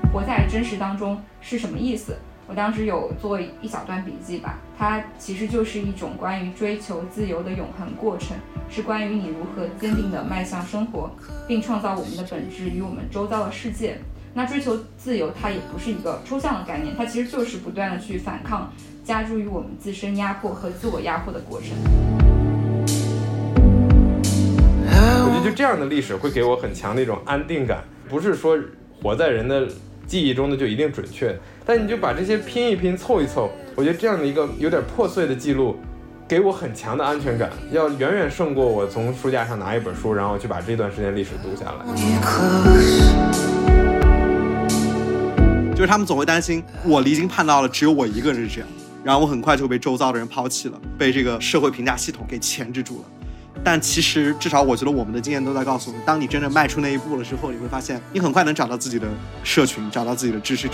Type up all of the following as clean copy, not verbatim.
活在真实当中是什么意思。我当时有做一小段笔记吧，它其实就是一种关于追求自由的永恒过程，是关于你如何坚定地迈向生活，并创造我们的本质与我们周遭的世界。那追求自由它也不是一个抽象的概念，它其实就是不断地去反抗加诸于我们自身压迫和自我压迫的过程。 我觉得就这样的历史会给我很强的一种安定感，不是说活在人的记忆中的就一定准确，但你就把这些拼一拼凑一凑，我觉得这样的一个有点破碎的记录给我很强的安全感，要远远胜过我从书架上拿一本书然后去把这段时间历史读下来。 就是他们总会担心我离经叛道了，只有我一个人是这样，然后我很快就被周遭的人抛弃了，被这个社会评价系统给钳制住了。但其实至少我觉得我们的经验都在告诉我们，当你真正迈出那一步了之后，你会发现你很快能找到自己的社群，找到自己的支持者。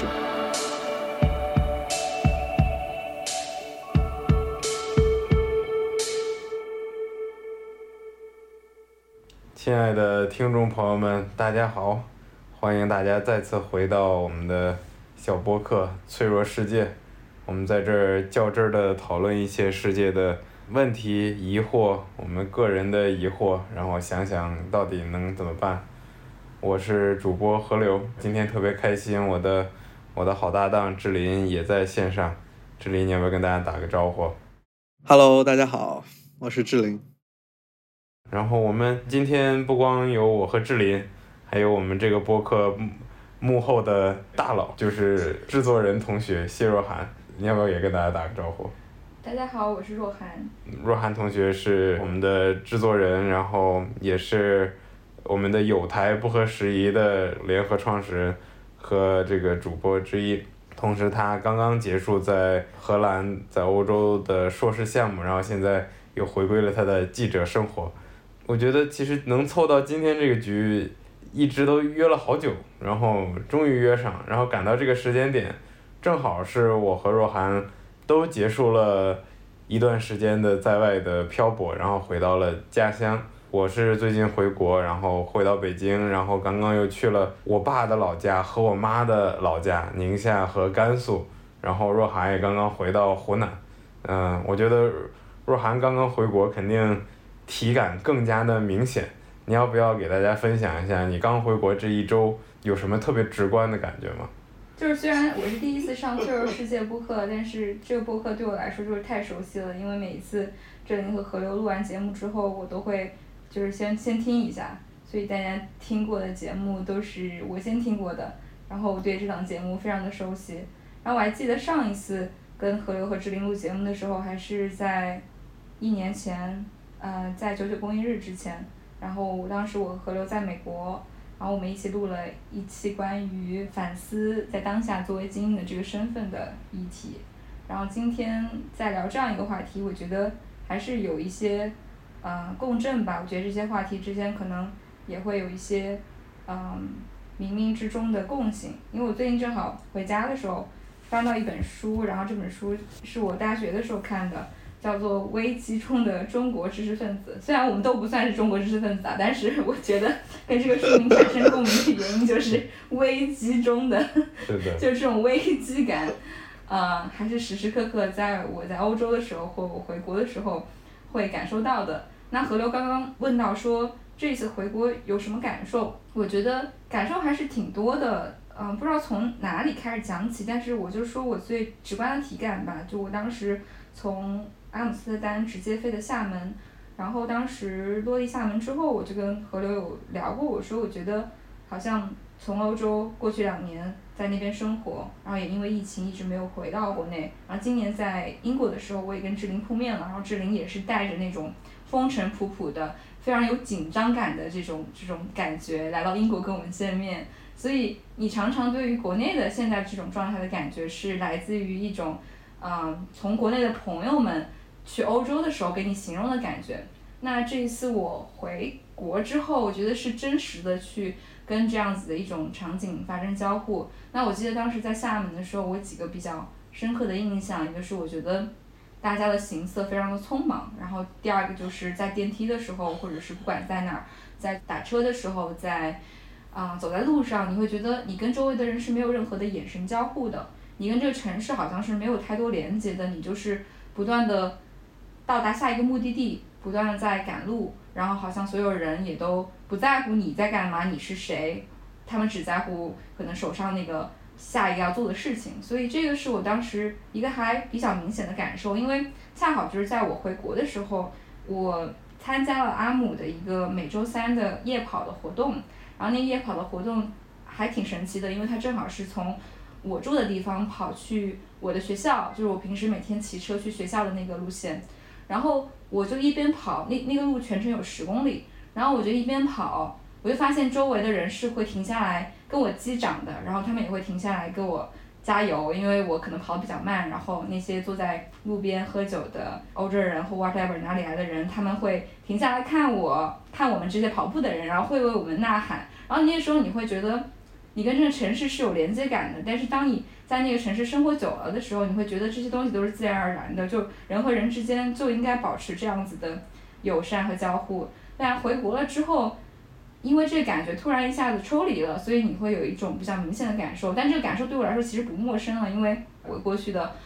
亲爱的听众朋友们，大家好，欢迎大家再次回到我们的小播客脆弱世界。我们在这儿较真儿的讨论一些世界的问题疑惑，我们个人的疑惑，然后想想到底能怎么办。我是主播河流，今天特别开心，我的好搭档志林也在线上。志林，你要不要跟大家打个招呼？ Hello， 大家好，我是志林。 然后我们今天不光有我和志林，还有我们这个播客幕后的大佬，就是制作人同学谢若涵，你要不要也跟大家打个招呼？ 大家好，我是若涵。 若涵同学是我们的制作人，然后也是我们的有台不合时宜的联合创始人和这个主播之一。同时他刚刚结束在荷兰在欧洲的硕士项目，然后现在又回归了他的记者生活。我觉得其实能凑到今天这个局一直都约了好久，然后终于约上，然后赶到这个时间点，正好是我和若涵都结束了一段时间的在外的漂泊，然后回到了家乡。我是最近回国，然后回到北京，然后刚刚又去了我爸的老家和我妈的老家宁夏和甘肃，然后若涵也刚刚回到湖南。我觉得若涵刚刚回国肯定体感更加的明显，你要不要给大家分享一下你刚回国这一周有什么特别直观的感觉吗？ 就是虽然我是第一次上脆弱世界播客，但是这个播客对我来说就是太熟悉了，因为每一次志林和河流录完节目之后，我都会就是先听一下，所以大家听过的节目都是我先听过的，然后我对这档节目非常的熟悉。然后我还记得上一次跟河流和志林录节目的时候，还是在1年前，在99公益日之前，然后当时我和河流在美国，然后我们一起录了一期关于反思在当下作为精英的这个身份的议题。然后今天再聊这样一个话题，我觉得还是有一些共振吧。我觉得这些话题之间可能也会有一些冥冥之中的共性。因为我最近正好回家的时候翻到一本书，然后这本书是我大学的时候看的，叫做《危机中的中国知识分子》。虽然我们都不算是中国知识分子但是我觉得跟这个书名产生共鸣的原因就是危机中的，就是这种危机感，还是时时刻刻在我在欧洲的时候或我回国的时候会感受到的。那河流刚刚问到说这次回国有什么感受，我觉得感受还是挺多的。不知道从哪里开始讲起，但是我就说我最直观的体感吧。就我当时从阿姆斯特丹直接飞的厦门，然后当时落地厦门之后，我就跟河流有聊过，我说我觉得好像从欧洲过去2年在那边生活，然后也因为疫情一直没有回到国内，然后今年在英国的时候我也跟志玲碰面了，然后志玲也是带着那种风尘仆仆的非常有紧张感的这种感觉来到英国跟我们见面。所以你常常对于国内的现在这种状态的感觉是来自于一种从国内的朋友们去欧洲的时候给你形容的感觉。那这一次我回国之后，我觉得是真实的去跟这样子的一种场景发生交互。那我记得当时在厦门的时候，我几个比较深刻的印象，一个是我觉得大家的行色非常的匆忙，然后第二个就是在电梯的时候，或者是不管在哪儿，在打车的时候，在走在路上，你会觉得你跟周围的人是没有任何的眼神交互的，你跟这个城市好像是没有太多连接的，你就是不断的到达下一个目的地，不断的在赶路，然后好像所有人也都不在乎你在干嘛，你是谁，他们只在乎可能手上那个下一个要做的事情。所以这个是我当时一个还比较明显的感受，因为恰好就是在我回国的时候，我参加了阿姆的一个每周3的夜跑的活动，然后那夜跑的活动还挺神奇的，因为它正好是从我住的地方跑去我的学校，就是我平时每天骑车去学校的那个路线，然后我就一边跑，那个路全程有10公里，然后我就一边跑，我就发现周围的人是会停下来跟我击掌的，然后他们也会停下来跟我加油，因为我可能跑得比较慢，然后那些坐在路边喝酒的欧洲人或 whatever 哪里来的人，他们会停下来看我们这些跑步的人，然后会为我们呐喊，然后那时候你会觉得你跟这个城市是有连接感的，但是当你在那个城市生活久了的时候，你会觉得这些东西都是自然而然的，就人和人之间就应该保持这样子的友善和交互。但回国了之后，因为这个感觉突然一下子抽离了，所以你会有一种比较明显的感受，但这个感受对我来说其实不陌生了，因为我过去的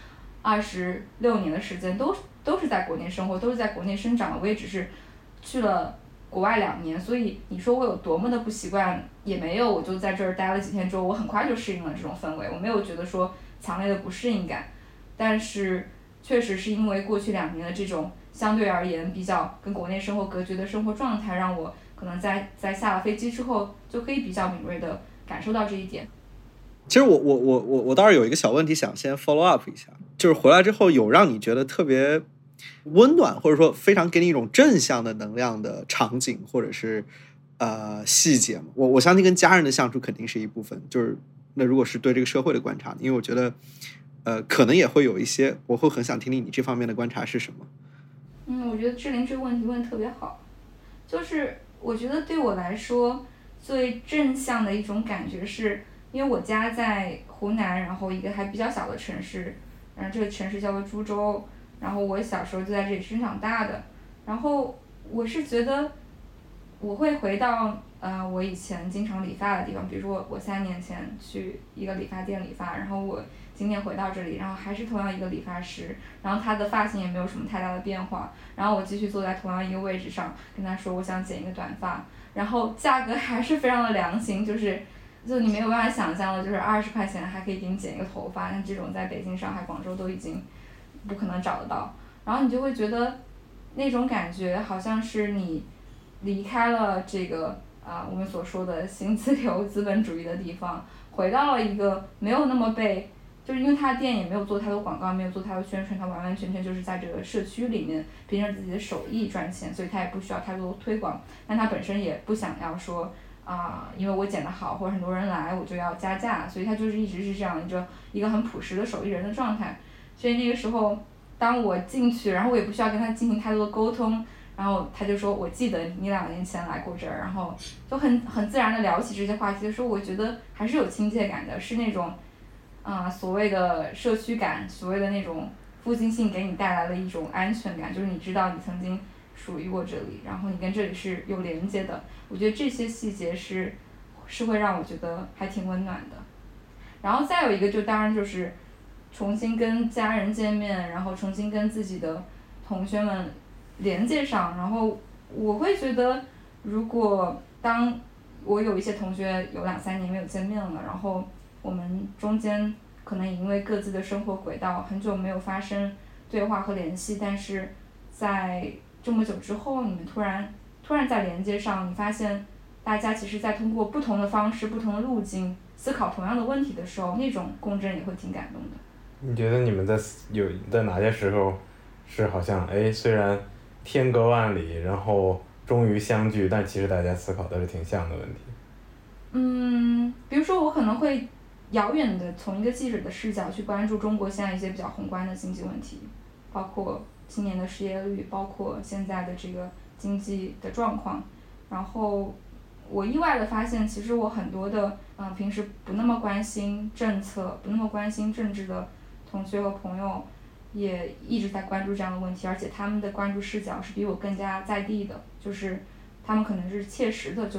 26年的时间都是在国内生活，都是在国内生长的，我也只是去了国外2年，所以你说我有多么的不习惯也没有，我就在这儿待了几天之后，我很快就适应了这种氛围，我没有觉得说强烈的不适应感，但是确实是因为过去2年的这种相对而言比较跟国内生活隔绝的生活状态，让我可能在下了飞机之后就可以比较敏锐的感受到这一点。 其实我倒是有一个小问题想先 follow up 一下，就是回来之后有让你觉得特别温暖或者说非常给你一种正向的能量的场景或者是细节吗？我相信跟家人的相处肯定是一部分，就是那如果是对这个社会的观察，因为我觉得可能也会有一些，我会很想听听你这方面的观察是什么。 我觉得志玲这个问题问得特别好，就是我觉得对我来说最正向的一种感觉是，因为我家在湖南，然后一个还比较小的城市，然后这个城市叫做株洲，然后我小时候就在这里生长大的，然后我是觉得我会回到我以前经常理发的地方，比如说我3年前去一个理发店理发，然后我今年回到这里，然后还是同样一个理发师，然后他的发型也没有什么太大的变化，然后我继续坐在同样一个位置上跟他说我想剪一个短发，然后价格还是非常的良心，就你没有办法想象的，就是20块钱还可以给你剪一个头发，像这种在北京、上海、广州都已经不可能找得到，然后你就会觉得那种感觉好像是你离开了这个我们所说的新自由资本主义的地方，回到了一个没有那么就是因为他的店也没有做太多广告，没有做太多宣传，他完完全全就是在这个社区里面凭着自己的手艺赚钱，所以他也不需要太多推广，但他本身也不想要说因为我剪得好或者很多人来我就要加价，所以他就是一直是这样一个很朴实的手艺人的状态。所以那个时候当我进去，然后我也不需要跟他进行太多的沟通，然后他就说我记得你2年前来过这儿，然后就很自然的聊起这些话题的时候，我觉得还是有亲切感的，是那种所谓的社区感，所谓的那种附近性给你带来了一种安全感，就是你知道你曾经属于过这里，然后你跟这里是有连接的，我觉得这些细节是会让我觉得还挺温暖的。然后再有一个就当然就是重新跟家人见面，然后重新跟自己的同学们连接上，然后我会觉得如果当我有一些同学有2-3年没有见面了，然后我们中间可能因为各自的生活轨道很久没有发生对话和联系，但是在这么久之后你们突然在连接上，你发现大家其实在通过不同的方式不同的路径思考同样的问题的时候，那种共振也会挺感动的。 你觉得你们在哪些时候是好像虽然天隔万里，然后终于相聚，但其实大家思考的是挺像的问题？ 比如说我可能会遥远的从一个记者的视角去关注中国现在一些比较宏观的经济问题，包括青年的失业率，包括现在的这个经济的状况，然后我意外的发现其实我很多的平时不那么关心政策不那么关心政治的同学和朋友也一直在关注这样的问题，而且他们的关注视角是比我更加在地的，就是他们可能是切实的就在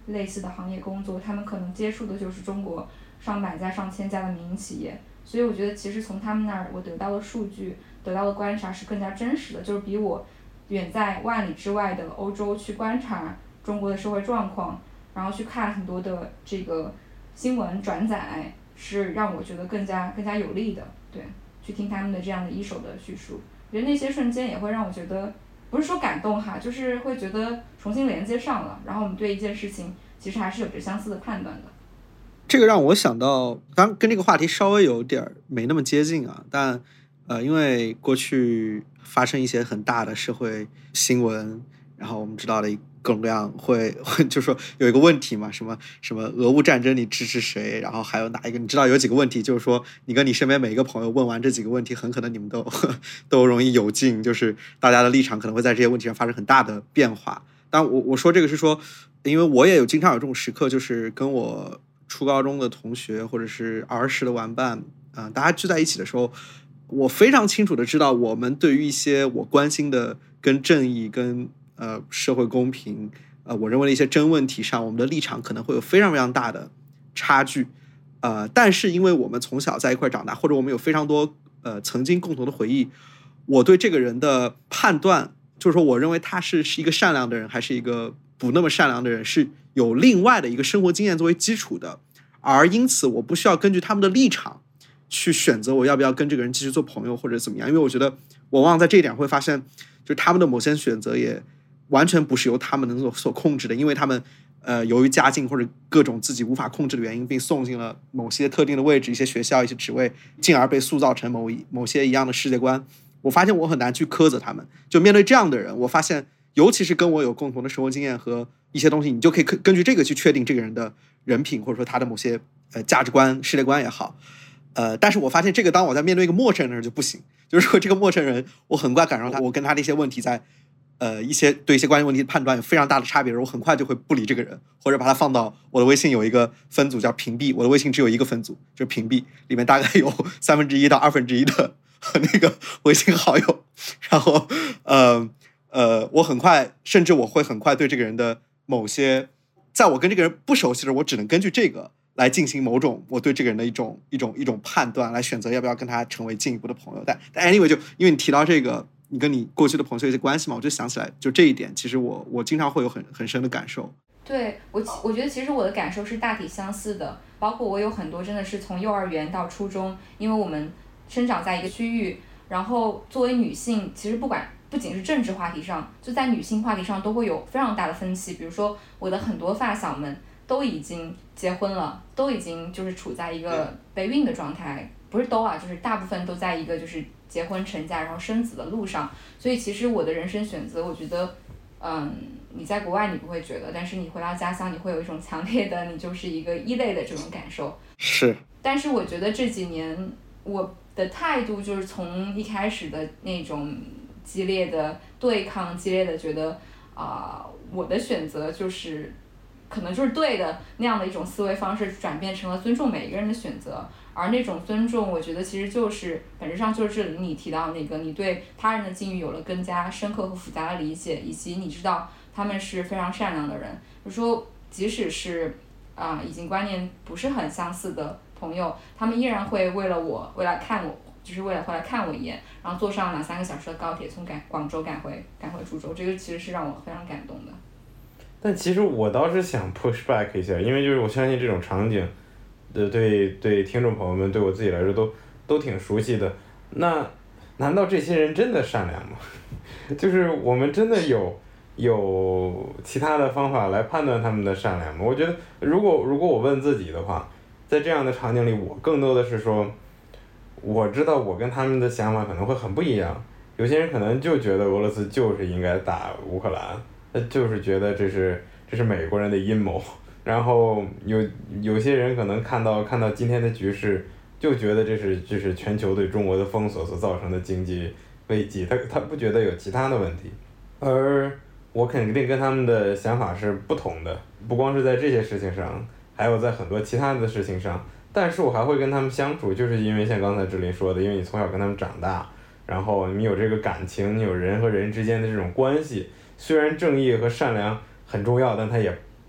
类似的行业工作，他们可能接触的就是中国上百家上千家的民营企业，所以我觉得其实从他们那儿我得到的数据得到的观察是更加真实的，就是比我远在万里之外的欧洲去观察中国的社会状况，然后去看很多的这个新闻转载，是让我觉得更加有利的。对，去听他们的这样的一手的叙述，我觉得那些瞬间也会让我觉得不是说感动哈，就是会觉得重新连接上了，然后我们对一件事情其实还是有着相似的判断的。 这个让我想到，当然跟这个话题稍微有点没那么接近啊，但因为过去发生一些很大的社会新闻，然后我们知道的各种各样会就说有一个问题嘛，什么俄乌战争你支持谁，然后还有哪一个，你知道有几个问题，就是说你跟你身边每一个朋友问完这几个问题，很可能你们都容易有劲，就是大家的立场可能会在这些问题上发生很大的变化。但我说这个是说，因为我也经常有这种时刻，就是跟我初高中的同学或者是儿时的玩伴大家聚在一起的时候，我非常清楚的知道，我们对于一些我关心的跟正义跟社会公平我认为的一些真问题上，我们的立场可能会有非常非常大的差距但是因为我们从小在一块长大，或者我们有非常多曾经共同的回忆，我对这个人的判断就是说，我认为他是一个善良的人还是一个不那么善良的人，是有另外的一个生活经验作为基础的，而因此我不需要根据他们的立场去选择我要不要跟这个人继续做朋友或者怎么样，因为我觉得我往往在这一点会发现，就是他们的某些选择也完全不是由他们能所控制的，因为他们由于家境或者各种自己无法控制的原因，并送进了某些特定的位置、一些学校、一些职位，进而被塑造成某些一样的世界观。我发现我很难去苛责他们，就面对这样的人，我发现尤其是跟我有共同的生活经验和一些东西，你就可以根据这个去确定这个人的人品，或者说他的某些价值观、世界观也好。但是我发现这个当我在面对一个陌生人就不行，就是说这个陌生人我很快感受到我跟他的一些问题在对一些关于问题的判断有非常大的差别，我很快就会不理这个人，或者把他放到我的微信有一个分组叫屏蔽，我的微信只有一个分组，就是屏蔽，里面大概有1/3到1/2的那个微信好友，然后我很快，甚至我会很快对这个人的某些，在我跟这个人不熟悉的时候，我只能根据这个来进行某种我对这个人的一种判断，来选择要不要跟他成为进一步的朋友。但 anyway 就因为你提到这个，你跟你过去的朋友有一些关系嘛，我就想起来，就这一点，其实我经常会有很深的感受。 对，我觉得其实我的感受是大体相似的，包括我有很多真的是从幼儿园到初中，因为我们生长在一个区域，然后作为女性，其实不仅是政治话题上，就在女性话题上都会有非常大的分歧。比如说我的很多发小们都已经结婚了，都已经就是处在一个备孕的状态，不是都啊，就是大部分都在一个就是结婚成家然后生子的路上。所以其实我的人生选择，我觉得你在国外你不会觉得，但是你回到家乡你会有一种强烈的你就是一个异类的这种感受。 是， 但是我觉得这几年我的态度就是从一开始的那种激烈的对抗，激烈的觉得我的选择就是可能就是对的那样的一种思维方式，转变成了尊重每一个人的选择。而那种尊重，我觉得其实就是本质上就是这里你提到那个，你对他人的境遇有了更加深刻和复杂的理解，以及你知道他们是非常善良的人。比如说，即使是已经观念不是很相似的朋友，他们依然会为了看我，就是为了回来看我一眼，然后坐上2-3个小时的高铁从广州赶回株洲，这个其实是让我非常感动的。 但其实我倒是想 push back 一下，因为就是我相信这种场景对听众朋友们，对我自己来说都挺熟悉的。那难道这些人真的善良吗？就是我们真的有其他的方法来判断他们的善良吗？我觉得如果我问自己的话，在这样的场景里，我更多的是说，我知道我跟他们的想法可能会很不一样。有些人可能就觉得俄罗斯就是应该打乌克兰，他就是觉得这是美国人的阴谋。然后有些人可能看到今天的局势，就觉得这是全球对中国的封锁所造成的经济危机，他不觉得有其他的问题。而我肯定跟他们的想法是不同的，不光是在这些事情上，还有在很多其他的事情上。但是我还会跟他们相处，就是因为像刚才志林说的，因为你从小跟他们长大，然后你有这个感情，你有人和人之间的这种关系。虽然正义和善良很重要，但它也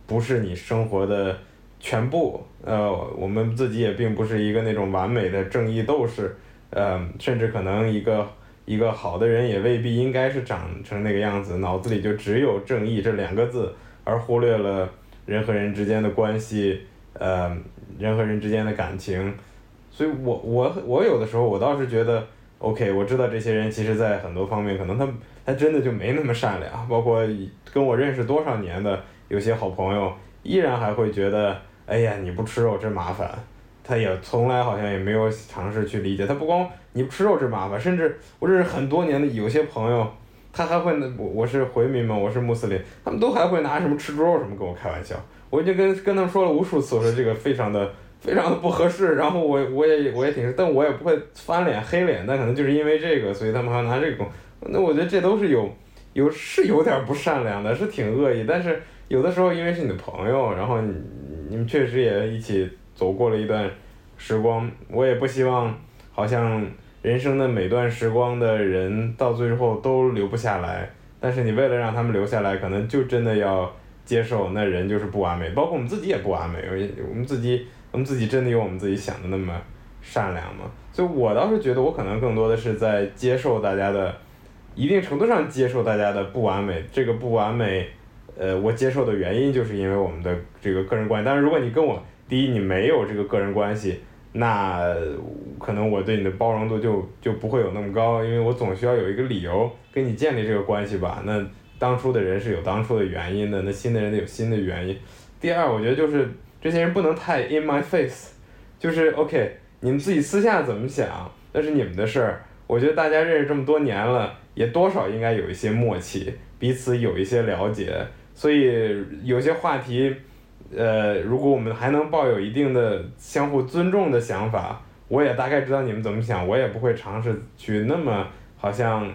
不是你生活的全部。我们自己也并不是一个那种完美的正义斗士，甚至可能一个好的人也未必应该是长成那个样子，脑子里就只有正义这2个字，而忽略了人和人之间的关系，人和人之间的感情。所以我有的时候我倒是觉得 OK， 我知道这些人其实在很多方面可能他真的就没那么善良，包括跟我认识多少年的有些好朋友依然还会觉得哎呀你不吃肉真麻烦，他也从来好像也没有尝试去理解，他不光你不吃肉真麻烦，甚至我认识很多年的有些朋友，他还会我是回民嘛，我是穆斯林，他们都还会拿什么吃猪肉什么跟我开玩笑，我已经跟他们说了无数次，我说这个非常的不合适，然后我也挺，但我也不会翻脸黑脸，但可能就是因为这个，所以他们还拿这个，那我觉得这都是有点不善良的，是挺恶意，但是有的时候因为是你的朋友，然后你们确实也一起走过了一段时光，我也不希望好像人生的每段时光的人到最后都留不下来，但是你为了让他们留下来，可能就真的要接受那人就是不完美，包括我们自己也不完美，我们自己真的有我们自己想的那么善良吗？所以我倒是觉得我可能更多的是在接受大家的，一定程度上接受大家的不完美，这个不完美我接受的原因就是因为我们的这个个人关系，但是如果你跟我第一你没有这个个人关系，那可能我对你的包容度就不会有那么高，因为我总需要有一个理由跟你建立这个关系吧，那当初的人是有当初的原因的，那新的人有新的原因。第二我觉得就是这些人不能太 in my face， 就是 OK 你们自己私下怎么想那是你们的事儿，我觉得大家认识这么多年了也多少应该有一些默契，彼此有一些了解，所以有些话题如果我们还能抱有一定的相互尊重的想法，我也大概知道你们怎么想，我也不会尝试去那么好像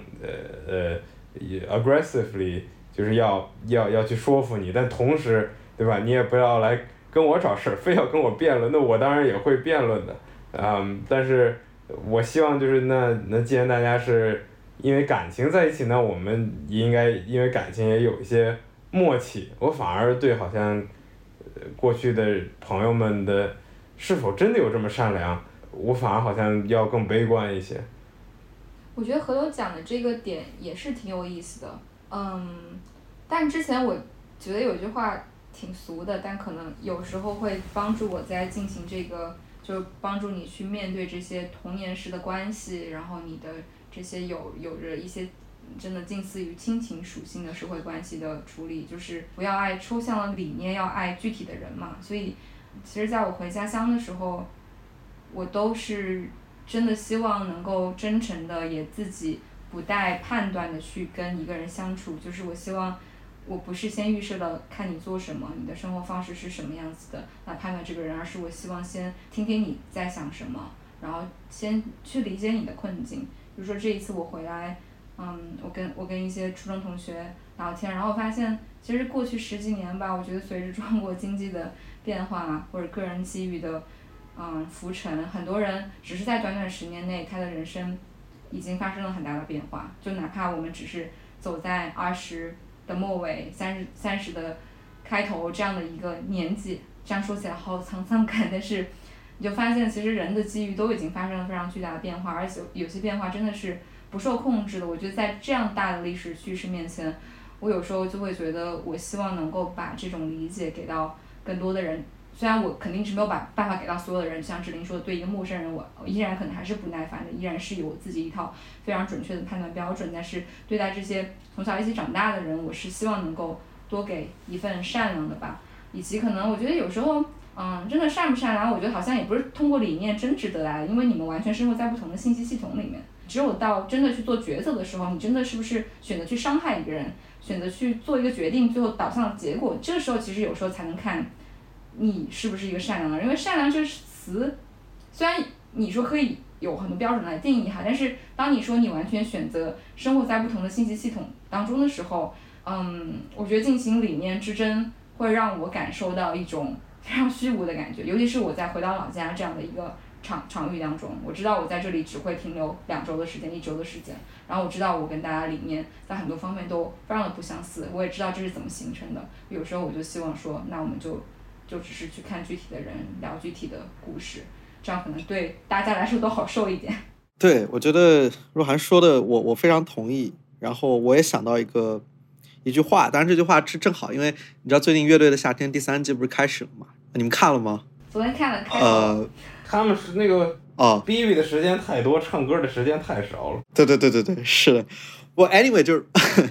aggressively 就是要去说服你，但同时对吧你也不要来跟我找事儿，非要跟我辩论，那我当然也会辩论的，但是我希望就是那既然大家是因为感情在一起呢，我们应该因为感情也有一些默契。我反而对好像过去的朋友们的是否真的有这么善良，我反而好像要更悲观一些。 我觉得何友讲的这个点也是挺有意思的，但之前我觉得有句话挺俗的，但可能有时候会帮助我在进行这个，就帮助你去面对这些童年时的关系，然后你的这些有着一些真的近似于亲情属性的社会关系的处理，就是不要爱抽象的理念，要爱具体的人嘛。所以其实在我回家乡的时候，我都是真的希望能够真诚的也自己不带判断的去跟一个人相处，就是我希望我不是先预设的看你做什么，你的生活方式是什么样子的来判断这个人，而是我希望先听听你在想什么，然后先去理解你的困境。比如说这一次我回来，我跟一些初中同学聊天，然后发现其实过去10几年吧，我觉得随着中国经济的变化或者个人机遇的浮沉，很多人只是在短短10年内，他的人生已经发生了很大的变化。就哪怕我们只是走在20的末尾30的开头这样的一个年纪，这样说起来好沧桑感，但是你就发现其实人的机遇都已经发生了非常巨大的变化，而且有些变化真的是不受控制的。我觉得在这样大的历史趋势面前，我有时候就会觉得我希望能够把这种理解给到更多的人，虽然我肯定是没有办法给到所有的人，像志玲说的，对一个陌生人我依然可能还是不耐烦的，依然是有我自己一套非常准确的判断标准，但是对待这些从小一起长大的人，我是希望能够多给一份善良的吧。以及可能我觉得有时候真的善不善良，我觉得好像也不是通过理念争执得来的，因为你们完全生活在不同的信息系统里面，只有到真的去做抉择的时候，你真的是不是选择去伤害一个人，选择去做一个决定，最后导向的结果，这个时候其实有时候才能看你是不是一个善良的人。因为善良这个词虽然你说可以有很多标准来定义哈，但是当你说你完全选择生活在不同的信息系统当中的时候，我觉得进行理念之争会让我感受到一种非常虚无的感觉，尤其是我在回到老家这样的一个场域当中，我知道我在这里只会停留2周的时间、1周的时间，然后我知道我跟大家里面在很多方面都非常的不相似，我也知道这是怎么形成的。有时候我就希望说，那我们就只是去看具体的人，聊具体的故事，这样可能对大家来说都好受一点。 对，我觉得若涵说的我非常同意。然后我也想到一句话，当然这句话是正好，因为你知道最近《乐队的夏天》第3季不是开始了吗？你们看了吗？ 昨天看了。 他们是那个BB 的时间太多，唱歌的时间太少了。 对，是的。我 anyway 就是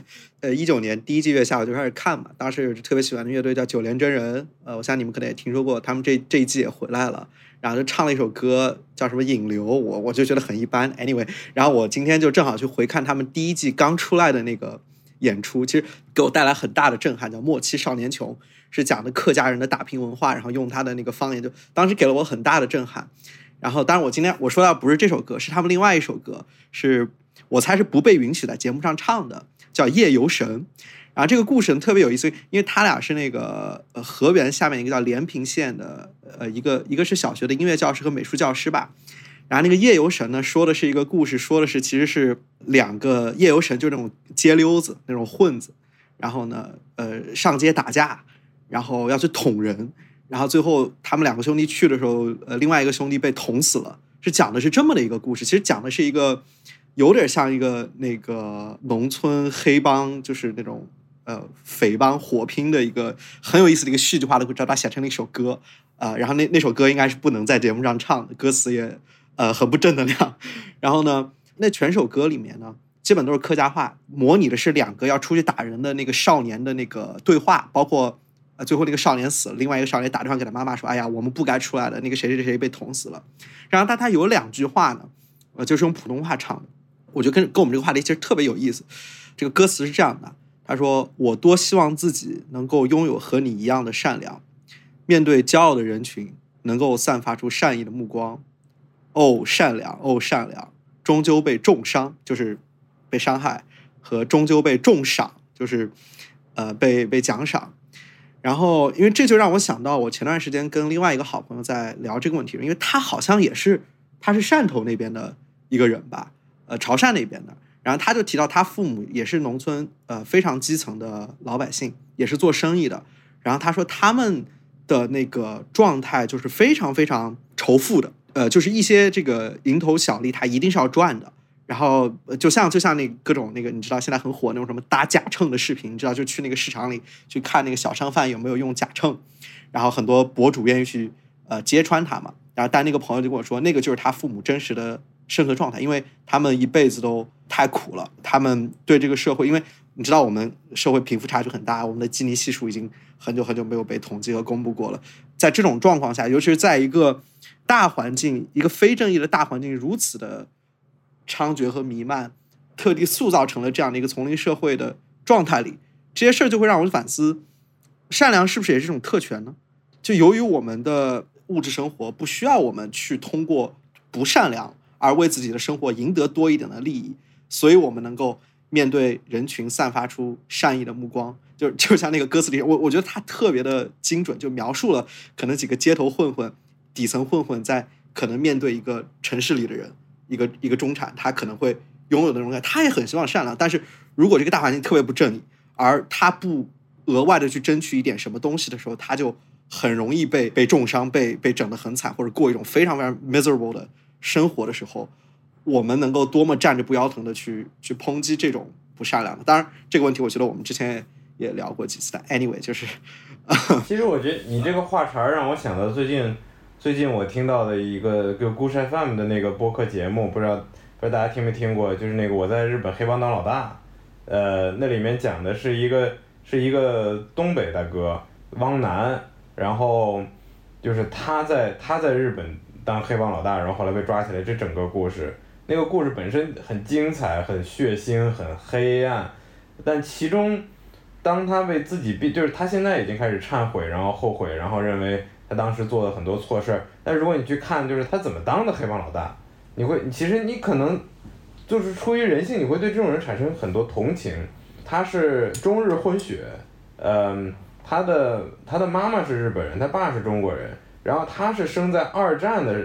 19年第1季月下我就开始看嘛，当时有特别喜欢的乐队叫九连真人，我相信你们可能也听说过，他们这一季也回来了，然后就唱了一首歌叫什么引流，我就觉得很一般 anyway， 然后我今天就正好去回看他们第1季刚出来的那个演出，其实给我带来很大的震撼，叫《末期少年穷》，是讲的客家人的打拼文化，然后用他的那个方言，就当时给了我很大的震撼。然后当然我今天我说到不是这首歌，是他们另外一首歌，是我猜是不被允许在节目上唱的，叫《夜游神》。然后这个故事特别有意思，因为他俩是那个河源下面一个叫连平县的一个是小学的音乐教师和美术教师吧。然后那个夜游神呢，说的是一个故事，说的是其实是2个夜游神，就是那种街溜子那种混子，然后呢上街打架，然后要去捅人，然后最后他们2个兄弟去的时候，另外一个兄弟被捅死了，是讲的是这么的一个故事。其实讲的是一个有点像一个那个农村黑帮，就是那种匪帮火拼的一个很有意思的一个戏剧化的故事，他写成了一首歌，然后那首歌应该是不能在节目上唱的，歌词也很不正能量。然后呢，那全首歌里面呢，基本都是客家话，模拟的是2个要出去打人的那个少年的那个对话，包括最后那个少年死了，另外一个少年打电话给他妈妈说：“哎呀，我们不该出来的，那个谁谁谁被捅死了。”然后他有2句话呢，就是用普通话唱的，我觉得跟我们这个话题其实特别有意思。这个歌词是这样的，他说：“我多希望自己能够拥有和你一样的善良，面对骄傲的人群，能够散发出善意的目光。哦，善良，哦，善良，终究被重伤，就是被伤害，和终究被重赏，就是被奖赏。”然后因为这就让我想到我前段时间跟另外一个好朋友在聊这个问题，因为他好像他是汕头那边的一个人吧，潮汕那边的，然后他就提到他父母也是农村非常基层的老百姓，也是做生意的，然后他说他们的那个状态就是非常非常仇富的，就是一些这个蝇头小利他一定是要赚的。然后就像那各种那个你知道现在很火那种什么搭假秤的视频，你知道就去那个市场里去看那个小商贩有没有用假秤，然后很多博主愿意去揭穿他嘛。然后但那个朋友就跟我说，那个就是他父母真实的生活状态，因为他们一辈子都太苦了，他们对这个社会，因为你知道我们社会贫富差距很大，我们的基尼系数已经很久很久没有被统计和公布过了。在这种状况下，尤其是在一个大环境，一个非正义的大环境如此的猖獗和弥漫，特地塑造成了这样的一个丛林社会的状态里，这些事儿就会让我反思，善良是不是也是一种特权呢？就由于我们的物质生活不需要我们去通过不善良而为自己的生活赢得多一点的利益，所以我们能够面对人群散发出善意的目光。就像那个歌词里，我觉得他特别的精准，就描述了可能几个街头混混、底层混混在可能面对一个城市里的人，一个中产，他可能会拥有的那种感觉，他也很希望善良，但是如果这个大环境特别不正义，而他不额外的去争取一点什么东西的时候，他就很容易被重伤，被整得很惨，或者过一种非常非常 miserable 的生活的时候，我们能够多么站着不腰疼的去抨击这种不善良的。当然这个问题我觉得我们之前也聊过几次，但 anyway 就是其实我觉得你这个话茬让我想到最近我听到的一个故事 FM 的那个播客节目，不知道大家听没听过，就是那个我在日本黑帮当老大，那里面讲的是一个东北大哥汪楠，然后就是他在日本当黑帮老大，然后后来被抓起来，这整个故事，那个故事本身很精彩，很血腥，很黑暗，但其中当他为自己就是他现在已经开始忏悔，然后后悔，然后认为他当时做了很多错事，但如果你去看就是他怎么当的黑帮老大，其实你可能就是出于人性，你会对这种人产生很多同情。他是中日混血，他的妈妈是日本人，他爸是中国人，然后他是生在二战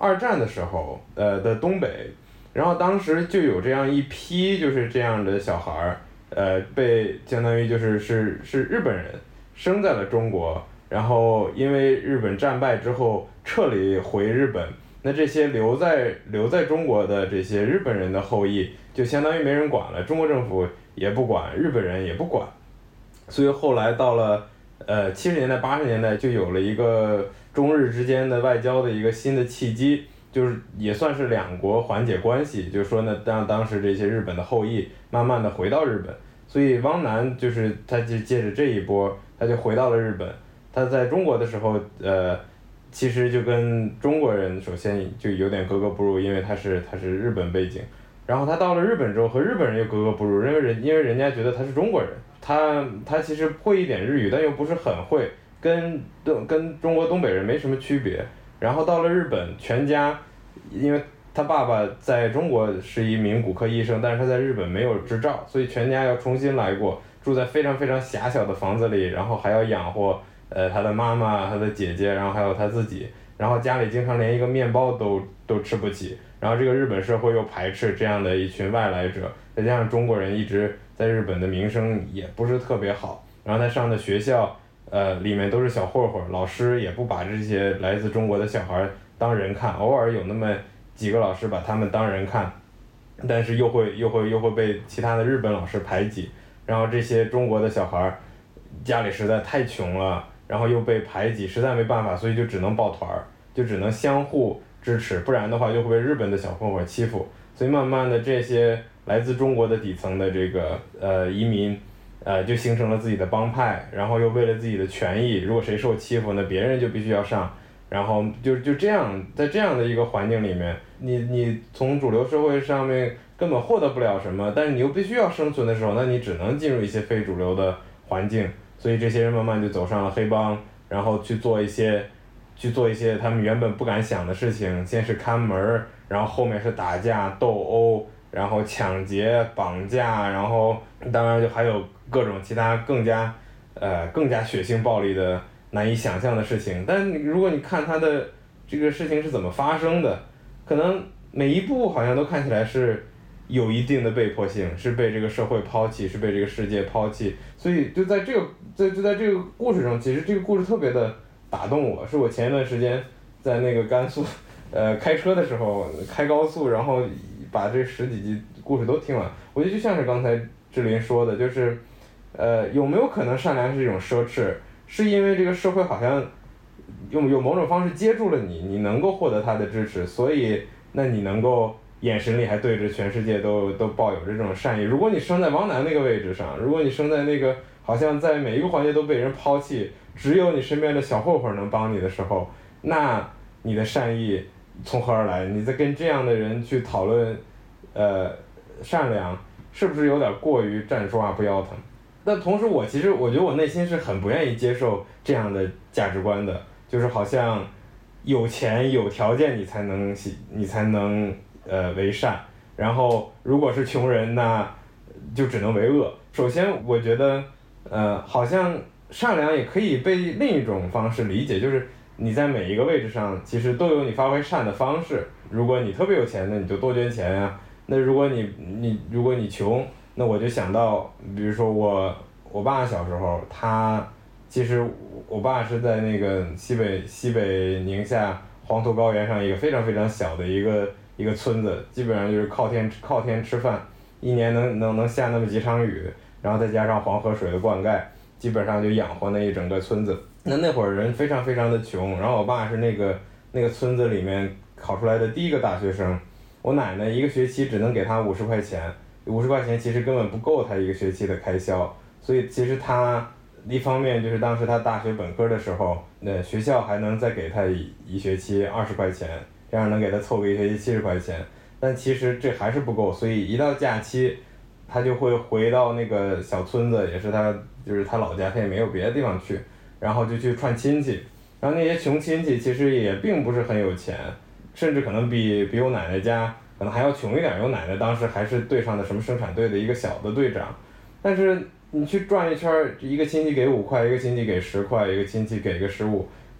二战的时候的东北，然后当时就有这样一批就是这样的小孩儿，被相当于是日本人生在了中国，然后因为日本战败之后撤离回日本，那这些留在中国的这些日本人的后裔就相当于没人管了，中国政府也不管，日本人也不管，所以后来到了70年代80年代就有了一个中日之间的外交的一个新的契机，就是也算是两国缓解关系，就是说呢让当时这些日本的后裔慢慢的回到日本，所以汪南就是他就借着这一波他就回到了日本，他在中国的时候其实就跟中国人首先就有点格格不入，因为他是日本背景，然后他到了日本之后和日本人又格格不入，因为人家觉得他是中国人，他其实会一点日语但又不是很会，跟中国东北人没什么区别，然后到了日本全家，因为他爸爸在中国是一名骨科医生，但是他在日本没有执照，所以全家要重新来过，住在非常非常狭小的房子里，然后还要养活他的妈妈他的姐姐，然后还有他自己，然后家里经常连一个面包都吃不起，然后这个日本社会又排斥这样的一群外来者，再加上中国人一直在日本的名声也不是特别好，然后他上的学校里面都是小混混，老师也不把这些来自中国的小孩当人看，偶尔有那么几个老师把他们当人看，但是又会被其他的日本老师排挤，然后这些中国的小孩家里实在太穷了，然后又被排挤，实在没办法，所以就只能抱团，就只能相互支持，不然的话就会被日本的小混混欺负，所以慢慢的这些来自中国的底层的这个移民就形成了自己的帮派，然后又为了自己的权益，如果谁受欺负那别人就必须要上，然后就这样，在这样的一个环境里面，你从主流社会上面根本获得不了什么，但是你又必须要生存的时候，那你只能进入一些非主流的环境，所以这些人慢慢就走上了黑帮，然后去做一些他们原本不敢想的事情，先是看门，然后后面是打架斗殴，然后抢劫绑架，然后当然就还有各种其他更加血腥暴力的难以想象的事情，但如果你看他的这个事情是怎么发生的，可能每一步好像都看起来是有一定的被迫性，是被这个社会抛弃，是被这个世界抛弃，所以就在这个故事中，其实这个故事特别的打动我，是我前一段时间在那个甘肃开车的时候开高速，然后把这10几集故事都听完，我觉得就像是刚才志林说的，就是有没有可能善良是一种奢侈，是因为这个社会好像有某种方式接住了你能够获得他的支持，所以那你能够眼神里还对着全世界都抱有这种善意。如果你生在汪南那个位置上，如果你生在那个好像在每一个环节都被人抛弃，只有你身边的小混混能帮你的时候，那你的善意从何而来？你在跟这样的人去讨论善良，是不是有点过于站着说话不腰疼？但同时我觉得我内心是很不愿意接受这样的价值观的，就是好像有钱有条件你才能为善，然后如果是穷人那就只能为恶。首先我觉得好像善良也可以被另一种方式理解，就是你在每一个位置上其实都有你发挥善的方式，如果你特别有钱那你就多捐钱呀，那如果你穷，那我就想到比如说我爸小时候，其实我爸是在那个西北宁夏黄土高原上一个非常非常小的一个村子，基本上就是靠天吃饭，一年能下那么几场雨，然后再加上黄河水的灌溉，基本上就养活那一整个村子。那会儿人非常非常的穷，然后我爸是那个村子里面考出来的第一个大学生，我奶奶一个学期只能给他50块钱，50块钱其实根本不够他一个学期的开销，所以其实他一方面就是当时他大学本科的时候，学校还能再给他一学期20块钱，这样能给他凑个一学期70块钱，但其实这还是不够，所以一到假期他就会回到那个小村子，也是他老家，他也没有别的地方去，然后就去串亲戚，然后那些穷亲戚其实也并不是很有钱，甚至可能比我奶奶家可能还要穷一点，我奶奶当时还是队上的什么生产队的一个小的队长，但是你去转一圈，一个亲戚给5块，一个亲戚给10块，一个亲戚给个15，